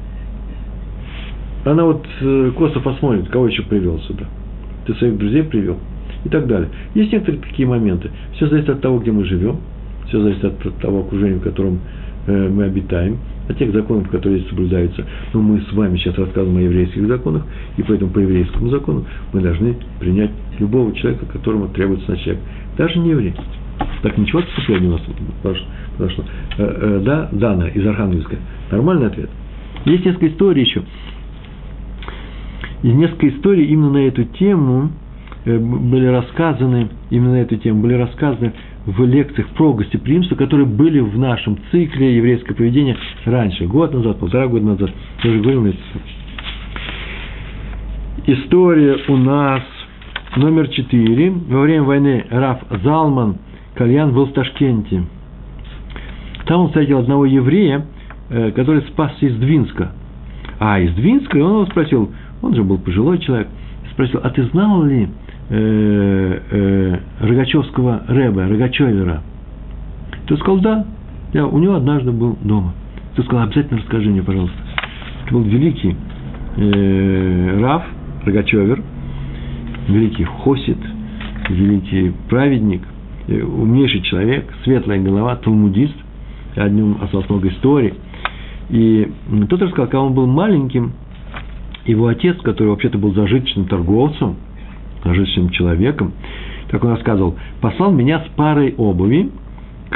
[SPEAKER 1] она вот косо посмотрит, кого еще привел сюда. Ты своих друзей привел. И так далее. Есть некоторые такие моменты. Все зависит от того, где мы живем. Все зависит от того окружения, в котором э, мы обитаем. От тех законов, которые здесь соблюдаются. Но мы с вами сейчас рассказываем о еврейских законах. И поэтому по еврейскому закону мы должны принять любого человека, которому требуется ночлег. Даже не еврей. Так, ничего отступления у нас произошло. Э, э, да, Дана из Архангельска. Нормальный ответ. Есть несколько историй еще. И несколько историй именно на эту тему были рассказаны, именно на эту тему, были рассказаны в лекциях про гостеприимство, которые были в нашем цикле еврейское поведение раньше, год назад, полтора года назад. Я уже говорил на это. История у нас номер четыре. Во время войны Рав Залман Кальян был в Ташкенте. Там он встретил одного еврея, который спасся из Двинска. А из Двинска он его спросил, он же был пожилой человек, спросил, а ты знал ли э, э, Рогачевского Ребе, Рогачевера? Тот сказал, да, я у него однажды был дома. Тот сказал, обязательно расскажи мне, пожалуйста. Это был великий э, Рав Рогачевер, великий хосид, великий праведник, э, умнейший человек, светлая голова, талмудист, о нем осталось много историй. И тот рассказал, когда он был маленьким, его отец, который вообще-то был зажиточным торговцем, зажиточным человеком, как он рассказывал, послал меня с парой обуви к,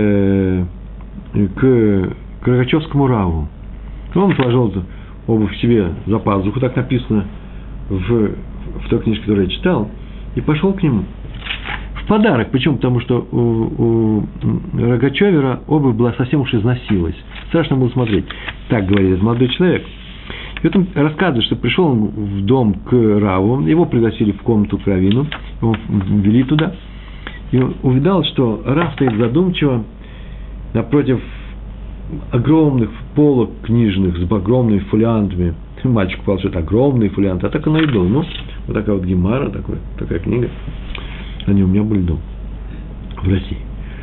[SPEAKER 1] к, к Рогачевскому Раву. Он положил эту обувь себе за пазуху, так написано в, в той книжке, которую я читал, и пошел к нему. В подарок. Почему? Потому что у, у Рогачевера обувь была совсем уж износилась. Страшно было смотреть. Так говорит этот молодой человек. И вот он рассказывает, что пришел он в дом к Раву, его пригласили в комнату к раввину, его ввели туда, и он увидал, что Рав стоит задумчиво напротив огромных полок книжных с огромными фолиантами. Мальчик попал, что это огромные фолианты, а так оно и было. Ну, вот такая вот гемара, такой, такая книга. Они у меня были дома, в России.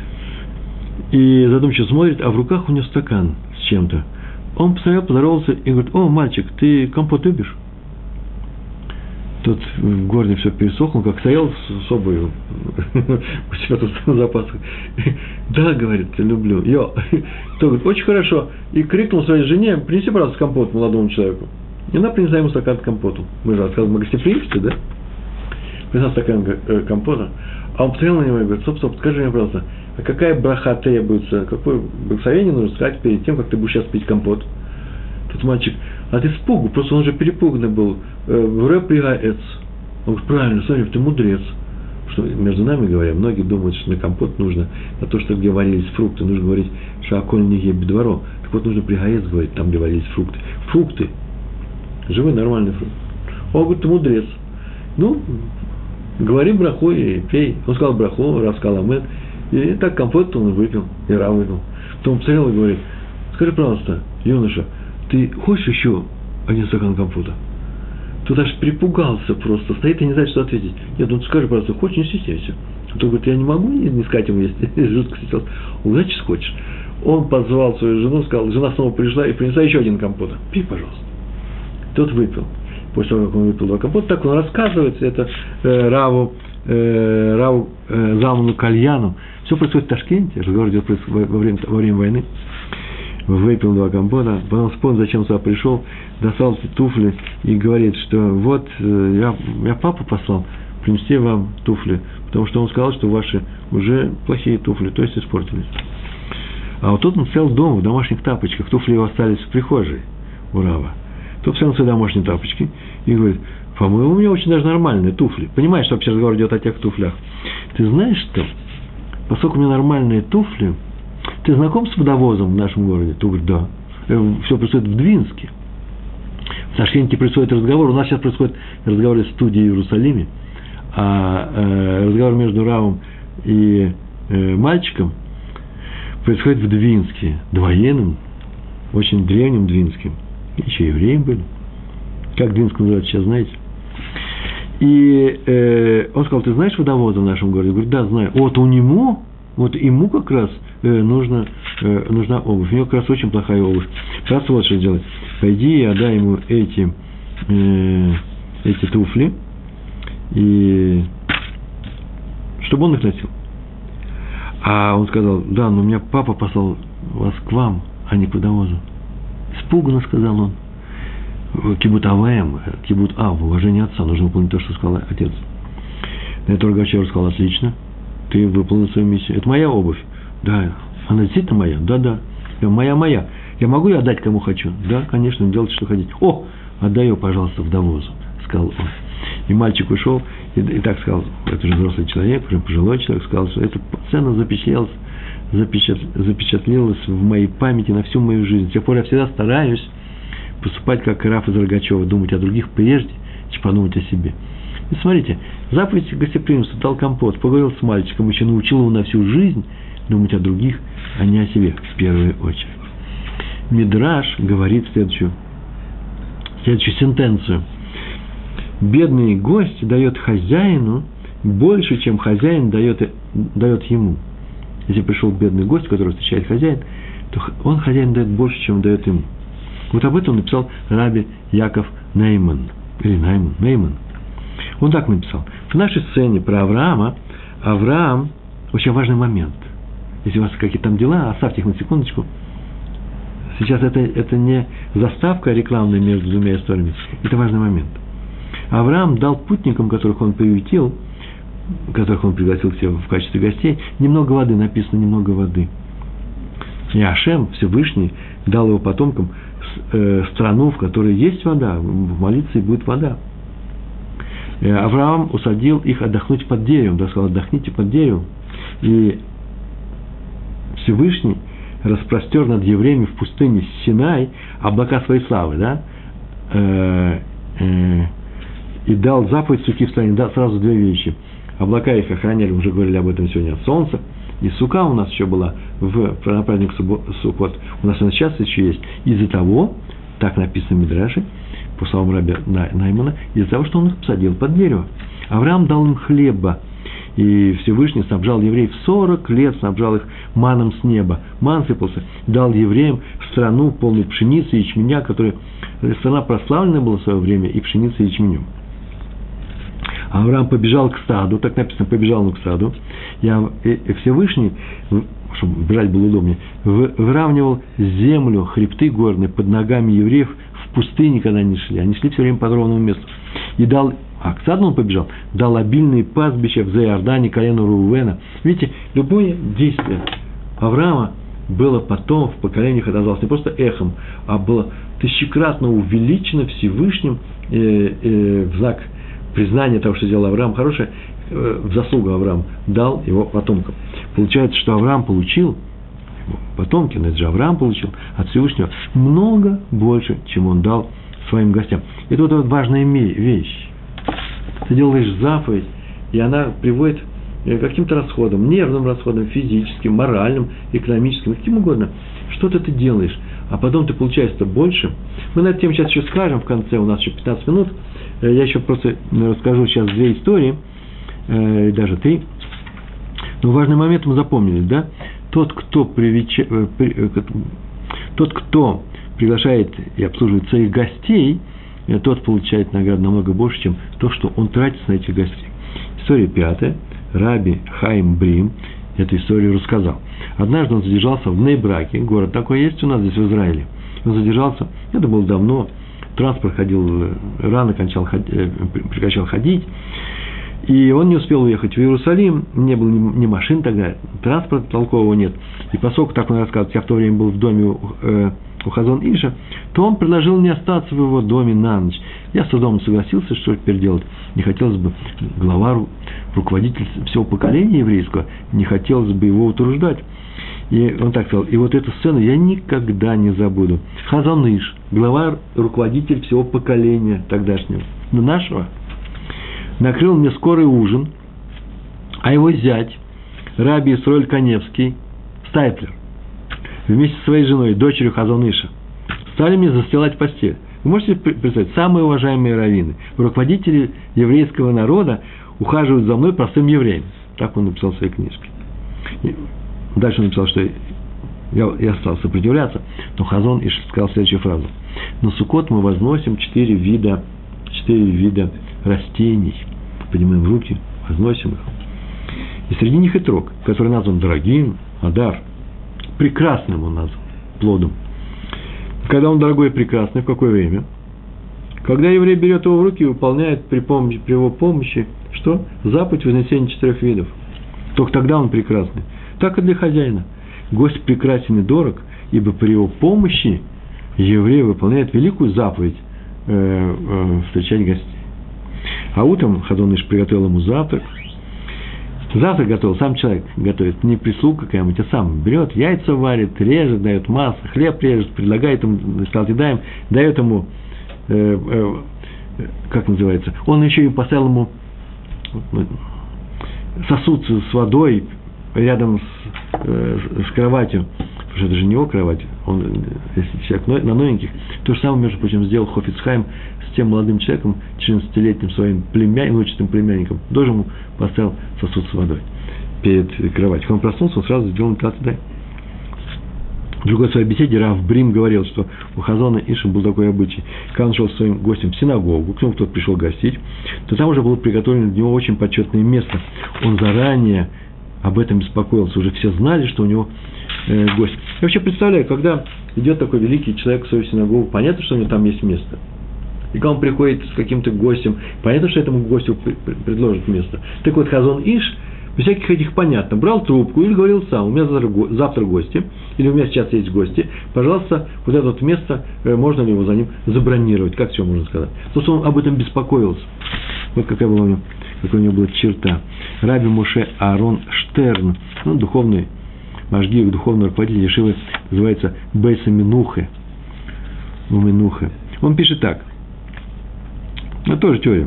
[SPEAKER 1] И задумчиво смотрит, а в руках у него стакан с чем-то. Он посмотрел, поздоровался и говорит, о, мальчик, ты компот любишь? Тут в горле все пересохло, как стоял с собой у себя тут на запасах. Да, говорит, люблю. Йо. То говорит, очень хорошо. И крикнул своей жене, принеси, пожалуйста, компот молодому человеку. И она принесла ему стакан компоту. Мы же рассказываем о гостеприимстве, да? Принесла стакан компота. А он посмотрел на него и говорит, стоп, стоп, скажи мне, пожалуйста, а какая браха требуется, какое благословение нужно сказать перед тем, как ты будешь сейчас пить компот? Тут мальчик, от испугу, просто он же перепуганный был. Вре пригаец. Он говорит, правильно, смотри, ты мудрец. Что между нами говоря, многие думают, что на компот нужно, на то, что где варились фрукты, нужно говорить шааколь нигей бедворо. Так вот, нужно пригаец говорить, там, где варились фрукты. Фрукты. Живой, нормальный фрукт. Он говорит, ты мудрец. Ну, говори браху и пей. Он сказал браху, рассказал амэн. И так компот он выпил, и Рав выпил. Потом посмотрел и говорит, скажи, пожалуйста, юноша, ты хочешь еще один стакан компота? Тут аж перепугался просто, стоит и не знает, что ответить. Нет, ну скажи, пожалуйста, хочешь, не стесняйся. Тот говорит, я не могу не сказать ему, если жутко сейчас. Он, значит, хочешь. Он позвал свою жену, сказал, жена снова пришла и принесла еще один компота. Пей, пожалуйста. Тот выпил. После того, как он выпил два компота, так он рассказывает, это э, Раву, э, Раву э, Залману Кальяну. Все происходит в Ташкенте, разговор идет во время, во время войны. Выпил два компота, потом вспомнил, зачем сюда пришел, достал эти туфли и говорит, что вот я, я папу послал принести вам туфли, потому что он сказал, что ваши уже плохие туфли, то есть испортились. А вот тут он стоял дома в домашних тапочках, туфли его остались в прихожей у Рава. Тут стоял свои домашние тапочки и говорит: по-моему, у меня очень даже нормальные туфли. Понимаешь, что вообще разговор идет о тех туфлях. Ты знаешь что? Поскольку у меня нормальные туфли, ты знаком с водовозом в нашем городе? Ты говоришь: да. Все происходит в Двинске. В Ташкенте происходит разговор. У нас сейчас происходит разговор из студии в Иерусалиме. А э, разговор между Равом и э, мальчиком происходит в Двинске. Двоенном, очень древнем Двинске. Еще евреи были. Как Двинск называется сейчас, знаете? И э, он сказал: ты знаешь водовоза в нашем городе? Я говорю: да, знаю. Вот у него, вот ему как раз э, нужно, э, нужна обувь. У него как раз очень плохая обувь. Раз вот что сделать. Пойди и отдай ему эти, э, эти туфли, и чтобы он их носил. А он сказал: да, но у меня папа послал вас к вам, а не к водовозу. Испуганно сказал он. Кибут аваем, кибут ав, в уважении отца, нужно выполнить то, что сказал отец. На это Рогачев сказал: отлично, ты выполнил свою миссию. Это моя обувь? Да. Она действительно моя? Да, да. Моя, моя. Я могу ее отдать кому хочу? Да, конечно, делайте, что хотите. О, отдай ее, пожалуйста, вдовозу, сказал он. И мальчик ушел, и, и так сказал: это же взрослый человек, уже пожилой человек, сказал, что эта сцена запечатлелась, запечат, запечатлелась в моей памяти на всю мою жизнь. С тех пор я всегда стараюсь поступать, как Раф из Рогачева, думать о других прежде, чем подумать о себе. И смотрите, заповедь гостеприимства, дал компот, поговорил с мальчиком, еще научил его на всю жизнь думать о других, а не о себе в первую очередь. Мидраш говорит следующую, следующую сентенцию. Бедный гость дает хозяину больше, чем хозяин дает, дает ему. Если пришел бедный гость, который встречает хозяин, то он хозяин дает больше, чем дает ему. Вот об этом написал Раби Яков Нейман. Или Нейман, Нейман. Он так написал. В нашей сцене про Авраама, Авраам – очень важный момент. Если у вас какие-то там дела, оставьте их на секундочку. Сейчас это, это не заставка рекламная между двумя историями. Это важный момент. Авраам дал путникам, которых он приютил, которых он пригласил к себе в качестве гостей, немного воды. Написано немного воды. И Ашем, Всевышний, дал его потомкам страну, в которой есть вода, в молитве будет вода. И Авраам усадил их отдохнуть под деревом, да, сказал: отдохните под деревом. И Всевышний распростер над евреями в пустыне Синай облака своей славы, да, э, э, и дал заповедь суки в стране, да, сразу две вещи. Облака их охраняли, мы уже говорили об этом сегодня, от солнца. И сука у нас еще была в, на праздник Суккот. У нас она сейчас еще есть. Из-за того, так написано в Мидраше, по словам раби Наймана, из-за того, что он их посадил под дерево. Авраам дал им хлеба. И Всевышний снабжал евреев сорок лет, снабжал их маном с неба. Ман сыпался, дал евреям страну полную пшеницы и ячменя, которая страна прославленная была в свое время и пшеницей и ячменем. Авраам побежал к стаду, так написано, побежал он к стаду, и Всевышний, чтобы бежать было удобнее, выравнивал землю, хребты горные под ногами евреев в пустыне, когда они шли. Они шли все время по ровному месту. И дал, а к стаду он побежал, дал обильные пастбища в Иордане, колену Рувена. Видите, любое действие Авраама было потом в поколениях отозвалось не просто эхом, а было тысячекратно увеличено Всевышним э, э, в знак признание того, что сделал Авраам хорошее, в заслугу Авраам дал его потомкам. Получается, что Авраам получил, его потомки, но это же Авраам получил от Всевышнего много больше, чем он дал своим гостям. Это вот, вот важная вещь. Ты делаешь заповедь, и она приводит к каким-то расходам, нервным расходам, физическим, моральным, экономическим, каким угодно. Что-то ты делаешь, а потом ты получаешь это больше. Мы на эту тему сейчас еще скажем в конце, у нас еще пятнадцать минут. Я еще просто расскажу сейчас две истории, э, даже три. Но важный момент мы запомнили, да? Тот, кто, привеча... при... Тот, кто приглашает и обслуживает своих гостей, тот получает награду намного больше, чем то, что он тратит на этих гостей. История пятая. Раби Хаим Брим эту историю рассказал. Однажды он задержался в Ней-Браке, город такой есть у нас здесь в Израиле. Он задержался, это было давно, транспорт ходил рано, кончал, прекращал ходить, И он не успел уехать в Иерусалим, не было ни машин тогда, транспорта толкового нет. И поскольку, так он рассказывает, я в то время был в доме у, э, у Хазон Иша, то он предложил мне остаться в его доме на ночь. Я с трудом согласился, что теперь делать. Не хотелось бы, глава, руководитель всего поколения еврейского, не хотелось бы его утруждать. И он так сказал, и вот эту сцену я никогда не забуду. Хазон Иш, глава, руководитель всего поколения тогдашнего, но нашего, накрыл мне скорый ужин, а его зять, раби Исроэль Каневский, Стайплер, вместе со своей женой, дочерью Хазон Иша, стали мне застилать постель. Вы можете представить, самые уважаемые раввины, руководители еврейского народа ухаживают за мной простым евреем. Так он написал в своей книжке. И дальше он написал, что я, я стал сопротивляться, но Хазон Иш сказал следующую фразу. На Суккот мы возносим четыре вида, четыре вида растений. Поднимаем руки, возносим их. И среди них этрог, который назван дорогим, адар, прекрасным он назван, плодом. Когда он дорогой и прекрасный, в какое время? Когда еврей берет его в руки и выполняет при, помощи, при его помощи, что? Заповедь вознесения четырех видов. Только тогда он прекрасный. Так и для хозяина. Гость прекрасен и дорог, ибо при его помощи еврей выполняет великую заповедь э, э, встречать гостей. А утром Хазон Иш приготовил ему завтрак. Завтрак готовил, сам человек готовит, не прислуга какая-нибудь, а сам берет, яйца варит, режет, дает масло, хлеб режет, предлагает ему, сказал, едаем, дает ему, э, э, как называется, он еще и поставил ему сосуд с водой рядом с, э, с кроватью, потому что это же не его кровать, он, если человек на новеньких, то же самое, между прочим, сделал Хофец Хаим с тем молодым человеком, четырнадцатилетним своим племянником, внучатым племянником, тоже ему поставил сосуд с водой перед кроватью. Когда он проснулся, он сразу сделал тацдай. В другой своей беседе Рав Брим говорил, что у Хазона Иша был такой обычай. Когда он шел с своим гостем в синагогу, к нему кто-то пришел гостить, то там уже было приготовлено для него очень почетное место. Он заранее об этом беспокоился, уже все знали, что у него э, гость. Я вообще представляю, когда идет такой великий человек в свою синагогу, понятно, что у него там есть место. И когда он приходит с каким-то гостем, понятно, что этому гостю предложат место. Так вот, Хазон Иш, без всяких этих понятно, брал трубку или говорил сам, у меня завтра гости, или у меня сейчас есть гости, пожалуйста, вот это вот место, можно ли его за ним забронировать, как все можно сказать. То есть он об этом беспокоился. Вот какая была у него, какая у него была черта. Раби Моше Аарон Штерн, ну, духовный мажгих, духовный руководитель Ешивы, называется Бейса Минухе. Минухе. Он пишет так. Ну, тоже теория.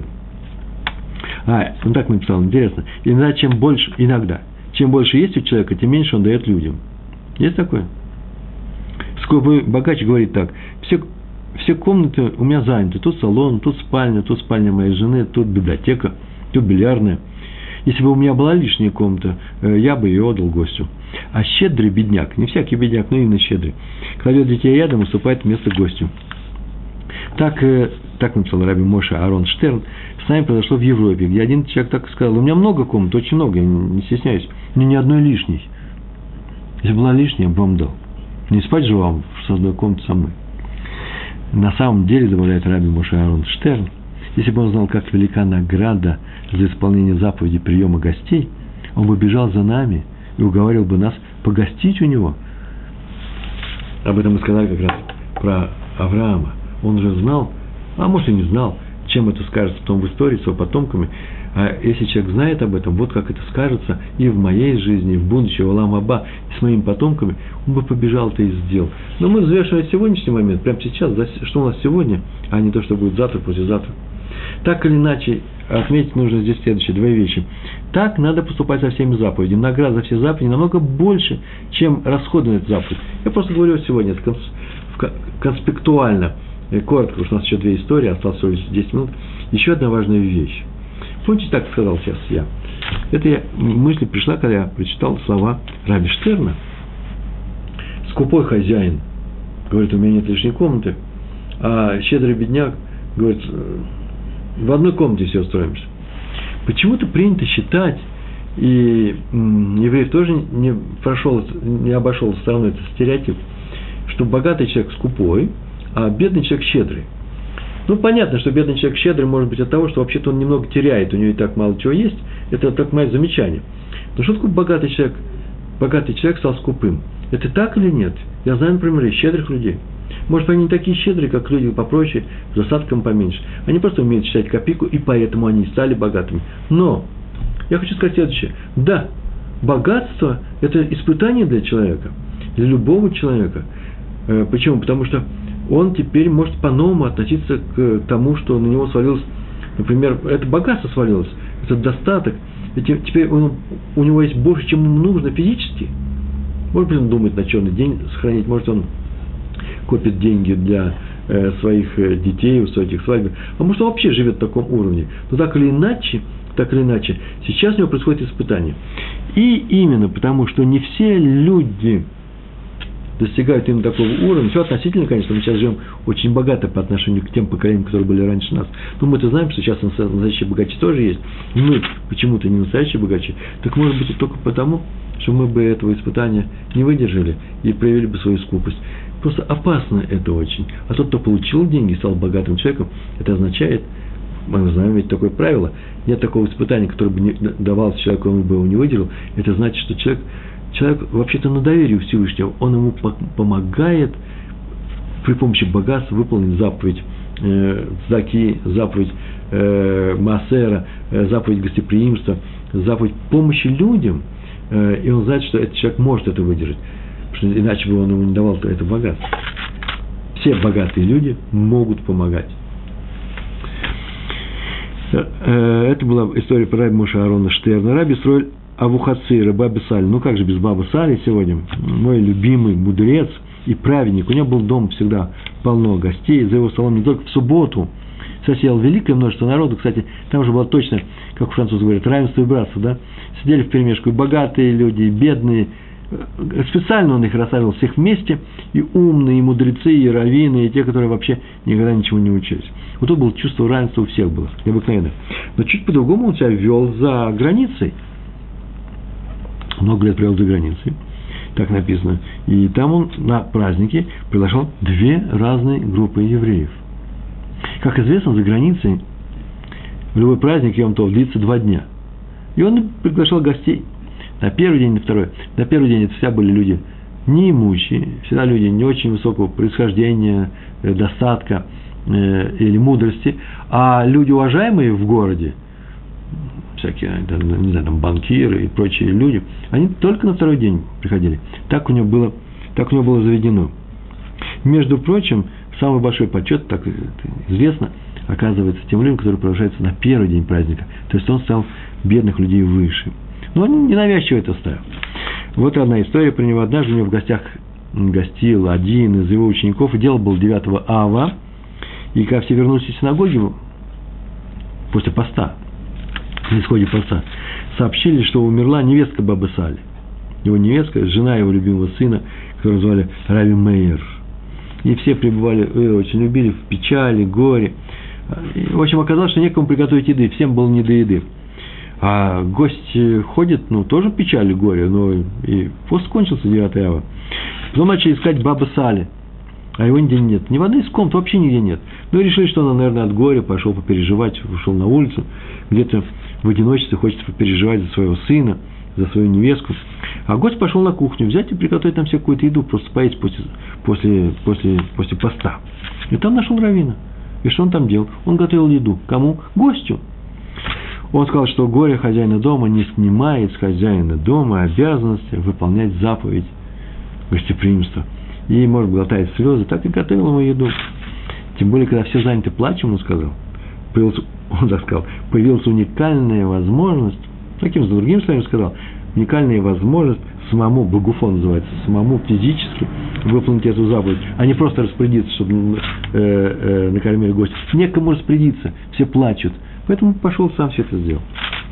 [SPEAKER 1] А, он так написал, интересно. Иногда, чем больше, иногда, чем больше есть у человека, тем меньше он дает людям. Есть такое? Сколько богач говорит так. Все, все комнаты у меня заняты. Тут салон, тут спальня, тут спальня моей жены, тут библиотека, тут бильярдная. Если бы у меня была лишняя комната, я бы ее отдал гостю. А щедрый бедняк, не всякий бедняк, но именно щедрый, кладет детей рядом и уступает вместо гостю. Так, так написал раби Моше Аарон Штерн, с нами произошло в Европе, где один человек так сказал: у меня много комнат, очень много, я не стесняюсь, у меня ни одной лишней. Если была лишняя, я бы вам дал. Не спать же вам в одной комнате со мной. На самом деле, добавляет раби Моше Аарон Штерн, если бы он знал, как велика награда за исполнение заповеди приема гостей, он бы бежал за нами и уговаривал бы нас погостить у него. Об этом мы сказали как раз про Авраама. Он же знал, а может и не знал, чем это скажется потом в истории с его потомками. А если человек знает об этом, вот как это скажется и в моей жизни, и в будущем, в Олам Аба, и с моими потомками, он бы побежал это и сделал. Но мы взвешиваем сегодняшний момент, прямо сейчас, что у нас сегодня, а не то, что будет завтра, послезавтра. Так или иначе, отметить нужно здесь следующие две вещи. Так надо поступать со всеми заповедями. Награда за все заповеди намного больше, чем расходы на эту заповедь. Я просто говорю сегодня конспектуально, коротко, потому что у нас еще две истории, осталось всего лишь десять минут. Еще одна важная вещь. Помните, так сказал сейчас я. Эта я, мысль пришла, когда я прочитал слова раби Штерна. Скупой хозяин говорит: у меня нет лишней комнаты, а щедрый бедняк говорит: в одной комнате все устроимся. Почему-то принято считать, и евреев тоже не прошел, не обошел стороной этот стереотип, что богатый человек скупой, а бедный человек щедрый. Ну, понятно, что бедный человек щедрый может быть от того, что вообще-то он немного теряет, у него и так мало чего есть. Это так мое замечание. Но что такое богатый человек? Богатый человек стал скупым. Это так или нет? Я знаю, например, щедрых людей. Может, они не такие щедрые, как люди попроще, с достатком поменьше. Они просто умеют считать копейку, и поэтому они стали богатыми. Но я хочу сказать следующее. Да, богатство – это испытание для человека, для любого человека. Почему? Потому что он теперь может по-новому относиться к тому, что на него свалилось, например, это богатство свалилось, это достаток. Ведь теперь он, у него есть больше, чем ему нужно физически. Может быть, он думает на черный день сохранить, может, он копит деньги для э, своих детей, устроить их свадьбы, а может, он вообще живет в таком уровне. Но так или иначе, так или иначе, сейчас у него происходит испытание. И именно потому, что не все люди достигают именно такого уровня, все относительно, конечно, мы сейчас живем очень богато по отношению к тем поколениям, которые были раньше нас. Но мы-то знаем, что сейчас настоящие богачи тоже есть, и мы почему-то не настоящие богачи. Так может быть и только потому, что мы бы этого испытания не выдержали и проявили бы свою скупость. Просто опасно это очень. А тот, кто получил деньги, стал богатым человеком, это означает, мы знаем ведь такое правило, нет такого испытания, которое бы не давалось человеку, он бы его не выдержал. Это значит, что человек, человек вообще-то на доверие Всевышнего, он ему помогает при помощи богатства выполнить заповедь э, заки, заповедь э, маасера, э, заповедь гостеприимства, заповедь помощи людям, э, и он знает, что этот человек может это выдержать, потому что иначе бы он ему не давал это богатство. Все богатые люди могут помогать. Это была история про раби Моше Аарона Штерна. Раби Исроэль Авухаци, Баби Саль. Ну как же без Бабы Сали сегодня? Мой любимый мудрец и праведник. У него был дом всегда полно гостей. За его столом не только в субботу соседало великое множество народу. Кстати, там же было точно, как французы говорят, равенство и братство. Да? Сидели вперемешку и богатые люди, и бедные. Специально он их расставил всех вместе, и умные, и мудрецы, и раввины, и те, которые вообще никогда ничего не учились. Вот тут было чувство равенства у всех было, необыкновенно. Но чуть по-другому он себя вел за границей. Много лет провел за границей, так написано. И там он на празднике приглашал две разные группы евреев. Как известно, за границей любой праздник Йом Тов длится два дня. И он приглашал гостей. На первый день, на второй. На первый день это всегда были люди неимущие, всегда люди не очень высокого происхождения, достатка э, или мудрости, а люди уважаемые в городе, всякие, не знаю, там банкиры и прочие люди, они только на второй день приходили. Так у него было, так у него было заведено. Между прочим, самый большой почет, так известно, оказывается тем людям, которые приглашаются на первый день праздника. То есть он стал бедных людей выше. Но он ненавязчиво это ставил. Вот одна история про него. Однажды у него в гостях гостил один из его учеников, и дело было девятого ава, и когда все вернулись из синагоги после поста, на исходе поста, сообщили, что умерла невестка Бабы Сали. Его невестка, жена его любимого сына, которого звали Рави Меир. И все пребывали, очень любили в печали, горе. И, в общем, оказалось, что некому приготовить еды, всем было не до еды. А гость ходит, ну, тоже печаль и горе, но и пост кончился девятого ава. Потом начали искать Бабы Сали, а его нигде нет. Ни в одной из комнат вообще нигде нет. Ну, и решили, что он, наверное, от горя пошел попереживать, ушел на улицу, где-то в одиночестве хочет попереживать за своего сына, за свою невестку. А гость пошел на кухню взять и приготовить там себе какую-то еду, просто поесть после, после, после, после поста. И там нашел раввина. И что он там делал? Он готовил еду. Кому? Гостю. Он сказал, что горе хозяина дома не снимает с хозяина дома обязанности выполнять заповедь гостеприимства. И, может, глотает слезы, так и готовил ему еду. Тем более, когда все заняты плачем, он сказал, появился, он так сказал, появилась уникальная возможность, таким с другим словом сказал, уникальная возможность самому, Багуфон называется, самому физически выполнить эту заповедь, а не просто распорядиться, чтобы э, э, накормили гостя. Некому распорядиться, все плачут. Поэтому пошел сам все это сделал.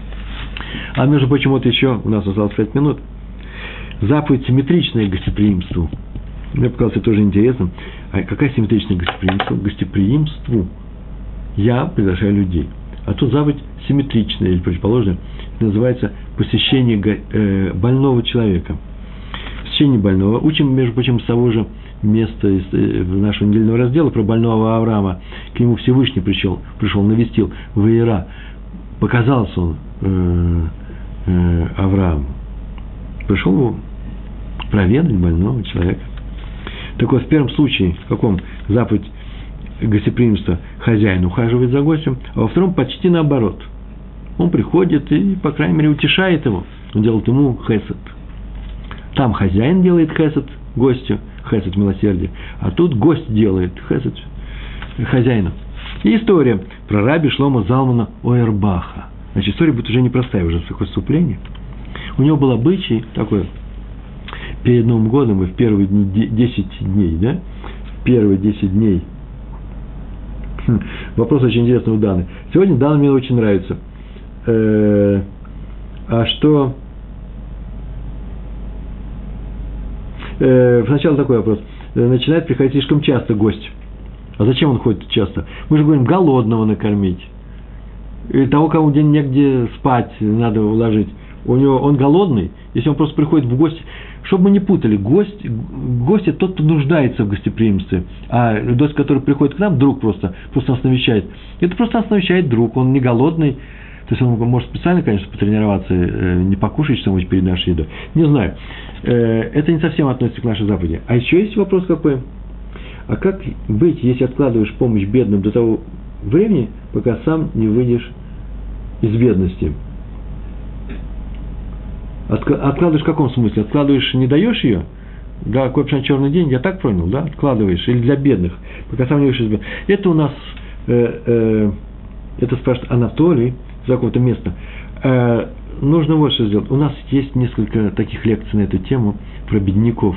[SPEAKER 1] А между прочим, вот еще, у нас осталось пять минут, заповедь симметричная гостеприимству. Мне показалось это тоже интересным. А какая симметричная гостеприимство? Гостеприимству я приглашаю людей. А тут заповедь симметричная или противоположная. Это называется посещение больного человека. Посещение больного. Учим, между прочим, с того же место из нашего недельного раздела про больного Авраама. К нему Всевышний пришел, пришел навестил в Иера. Показался он э, э, Аврааму. Пришел его проведать больного человека. Так вот, в первом случае, в каком заповедь гостеприимства, хозяин ухаживает за гостем, а во втором почти наоборот. Он приходит и, по крайней мере, утешает его. Он делает ему хесед. Там хозяин делает хесед гостю, хесед милосердие, а тут гость делает хесед хозяину. И история про раби Шломо Залмана Ойербаха. Значит, история будет уже непростая, уже такое вступление. У него был обычай такой, перед Новым годом и в первые дни, десять дней, да, в первые десять дней. Хм, вопрос очень интересный у Даны. Сегодня Дана мне очень нравится. Э-э- а что... Э-э- сначала такой вопрос. Начинает приходить слишком часто гость. А зачем он ходит часто? Мы же говорим, голодного накормить. И того, кому день негде спать, надо уложить. У него он голодный, если он просто приходит в гости, чтобы мы не путали, гость, гость – это тот, кто нуждается в гостеприимстве, а гость, который приходит к нам, друг просто, просто нас навещает. Это просто нас навещает друг, он не голодный, то есть он может специально, конечно, потренироваться, не покушать что-нибудь перед нашей едой. Не знаю, это не совсем относится к нашей заповеди. А еще есть вопрос какой? А как быть, если откладываешь помощь бедным до того времени, пока сам не выйдешь из бедности? Откладываешь в каком смысле? Откладываешь, не даешь ее? Да, копишь на черный день, я так понял, да? Откладываешь. Или для бедных, пока сам не выйдешь из бедности. Это у нас, э, э, это спрашивает Анатолий из какого-то места. Э, нужно вот что сделать. У нас есть несколько таких лекций на эту тему про бедняков.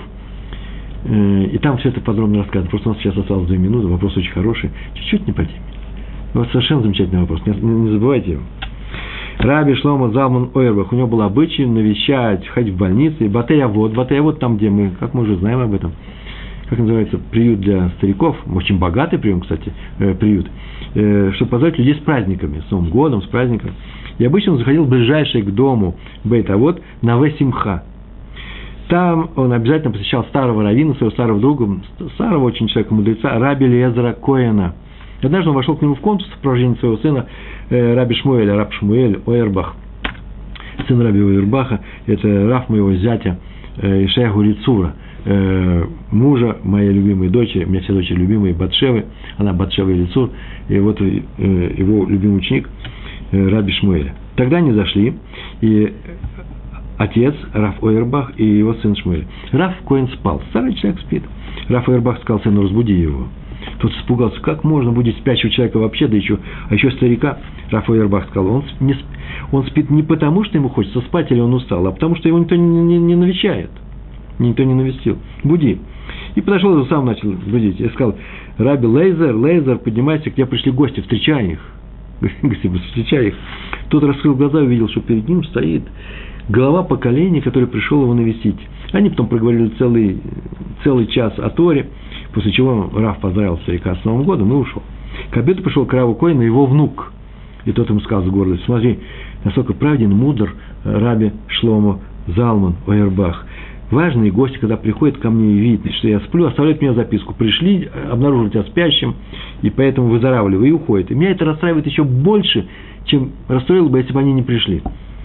[SPEAKER 1] И там все это подробно рассказано. Просто у нас сейчас осталось две минуты, вопрос очень хороший, чуть-чуть не по теме. Вот совершенно замечательный вопрос, не, не забывайте его. Раби Шломо Залман Ойербах, у него был обычай навещать, ходить в больницы, и Батей-Авод, Батей-Авод там, где мы, как мы уже знаем об этом, как называется, приют для стариков, очень богатый прием, кстати, э, приют, э, чтобы позвать людей с праздниками, с Новым годом, с праздником. И обычно он заходил в ближайший к дому Бейт-Авод на Ве-Симха. Там он обязательно посещал старого раввина, своего старого друга, старого очень человека-мудреца, раби Элиэзера Коэна. Однажды он вошел к нему в комнату в сопровождении своего сына, э, раби Шмуэля, раб Шмуэль Ойербах, сын раби Ойербаха, это рав моего зятя э, Ишаяху Рицура, э, мужа моей любимой дочери, у меня все дочери любимые, Батшевы, она Батшева и Рицур, и вот э, его любимый ученик э, раби Шмуэля. Тогда они зашли, и отец, Рав Ойербах, и его сын Шмуэль. Рав Коэн спал, старый человек спит. Рав Ойербах сказал сыну, разбуди его. Тот испугался, как можно будить спящего человека вообще, да еще, а еще старика. Рав Ойербах сказал, он, не сп... он спит не потому, что ему хочется спать или он устал, а потому, что его никто не, не, не навещает. Никто не навестил. Буди. И подошел, и сам начал будить. Я сказал, Раби Лейзер, Лейзер, поднимайся, к тебе пришли гости, встречай их. Господи, встречай их. Тот раскрыл глаза и увидел, что перед ним стоит глава поколения, который пришел его навестить. Они потом проговорили целый, целый час о Торе, после чего Рав поздравил старика с Новым годом и ушел. К обеду пришел к Раву Коэну его внук. И тот ему сказал с гордостью, смотри, насколько праведен, мудр раби Шломо Залман Ойербах. Важные гости, когда приходят ко мне и видят, что я сплю, оставляют мне записку. Пришли, обнаружили тебя спящим, и поэтому выздоравливай, и уходят. И меня это расстраивает еще больше, чем расстроило бы, если бы они не пришли.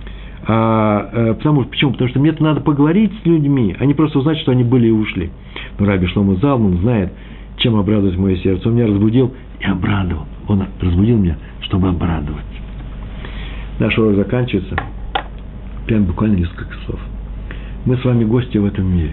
[SPEAKER 1] А, потому, почему? Потому что мне-то надо поговорить с людьми, а не просто узнать, что они были и ушли. Но раби Шломо Залман знает, чем обрадовать мое сердце. Он меня разбудил и обрадовал. Он разбудил меня, чтобы обрадовать. Наш урок заканчивается. Прям буквально несколько слов. Мы с вами гости в этом мире.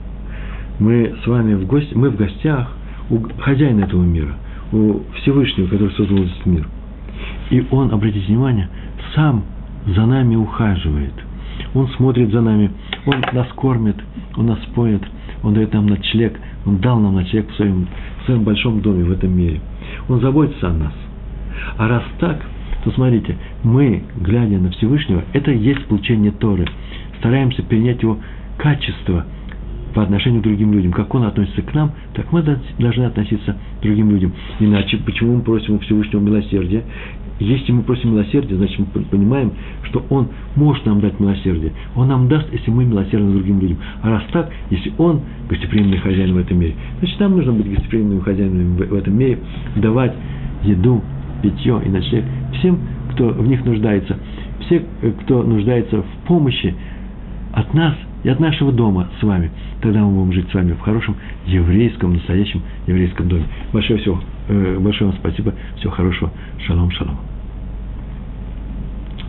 [SPEAKER 1] Мы с вами в гости, мы в гостях у хозяина этого мира, у Всевышнего, который создал этот мир. И он, обратите внимание, сам за нами ухаживает. Он смотрит за нами, он нас кормит, он нас поет, он дает нам ночлег, он дал нам ночлег в своем, в своем большом доме в этом мире. Он заботится о нас. А раз так, то смотрите, мы, глядя на Всевышнего, это и есть получение Торы. Стараемся перенять его качество по отношению к другим людям. Как Он относится к нам, так мы должны относиться к другим людям. Иначе, почему мы просим у Всевышнего милосердия? Если мы просим милосердия, значит, мы понимаем, что Он может нам дать милосердие. Он нам даст, если мы милосердны другим людям. А раз так, если Он гостеприимный хозяин в этом мире, значит, нам нужно быть гостеприимными хозяинами в этом мире, давать еду, питье и ночлег всем, кто в них нуждается, все, кто нуждается в помощи от нас и от нашего дома с вами. Тогда мы будем жить с вами в хорошем еврейском, настоящем еврейском доме. Большое, все, большое вам спасибо. Всего хорошего. Шалом, шалом.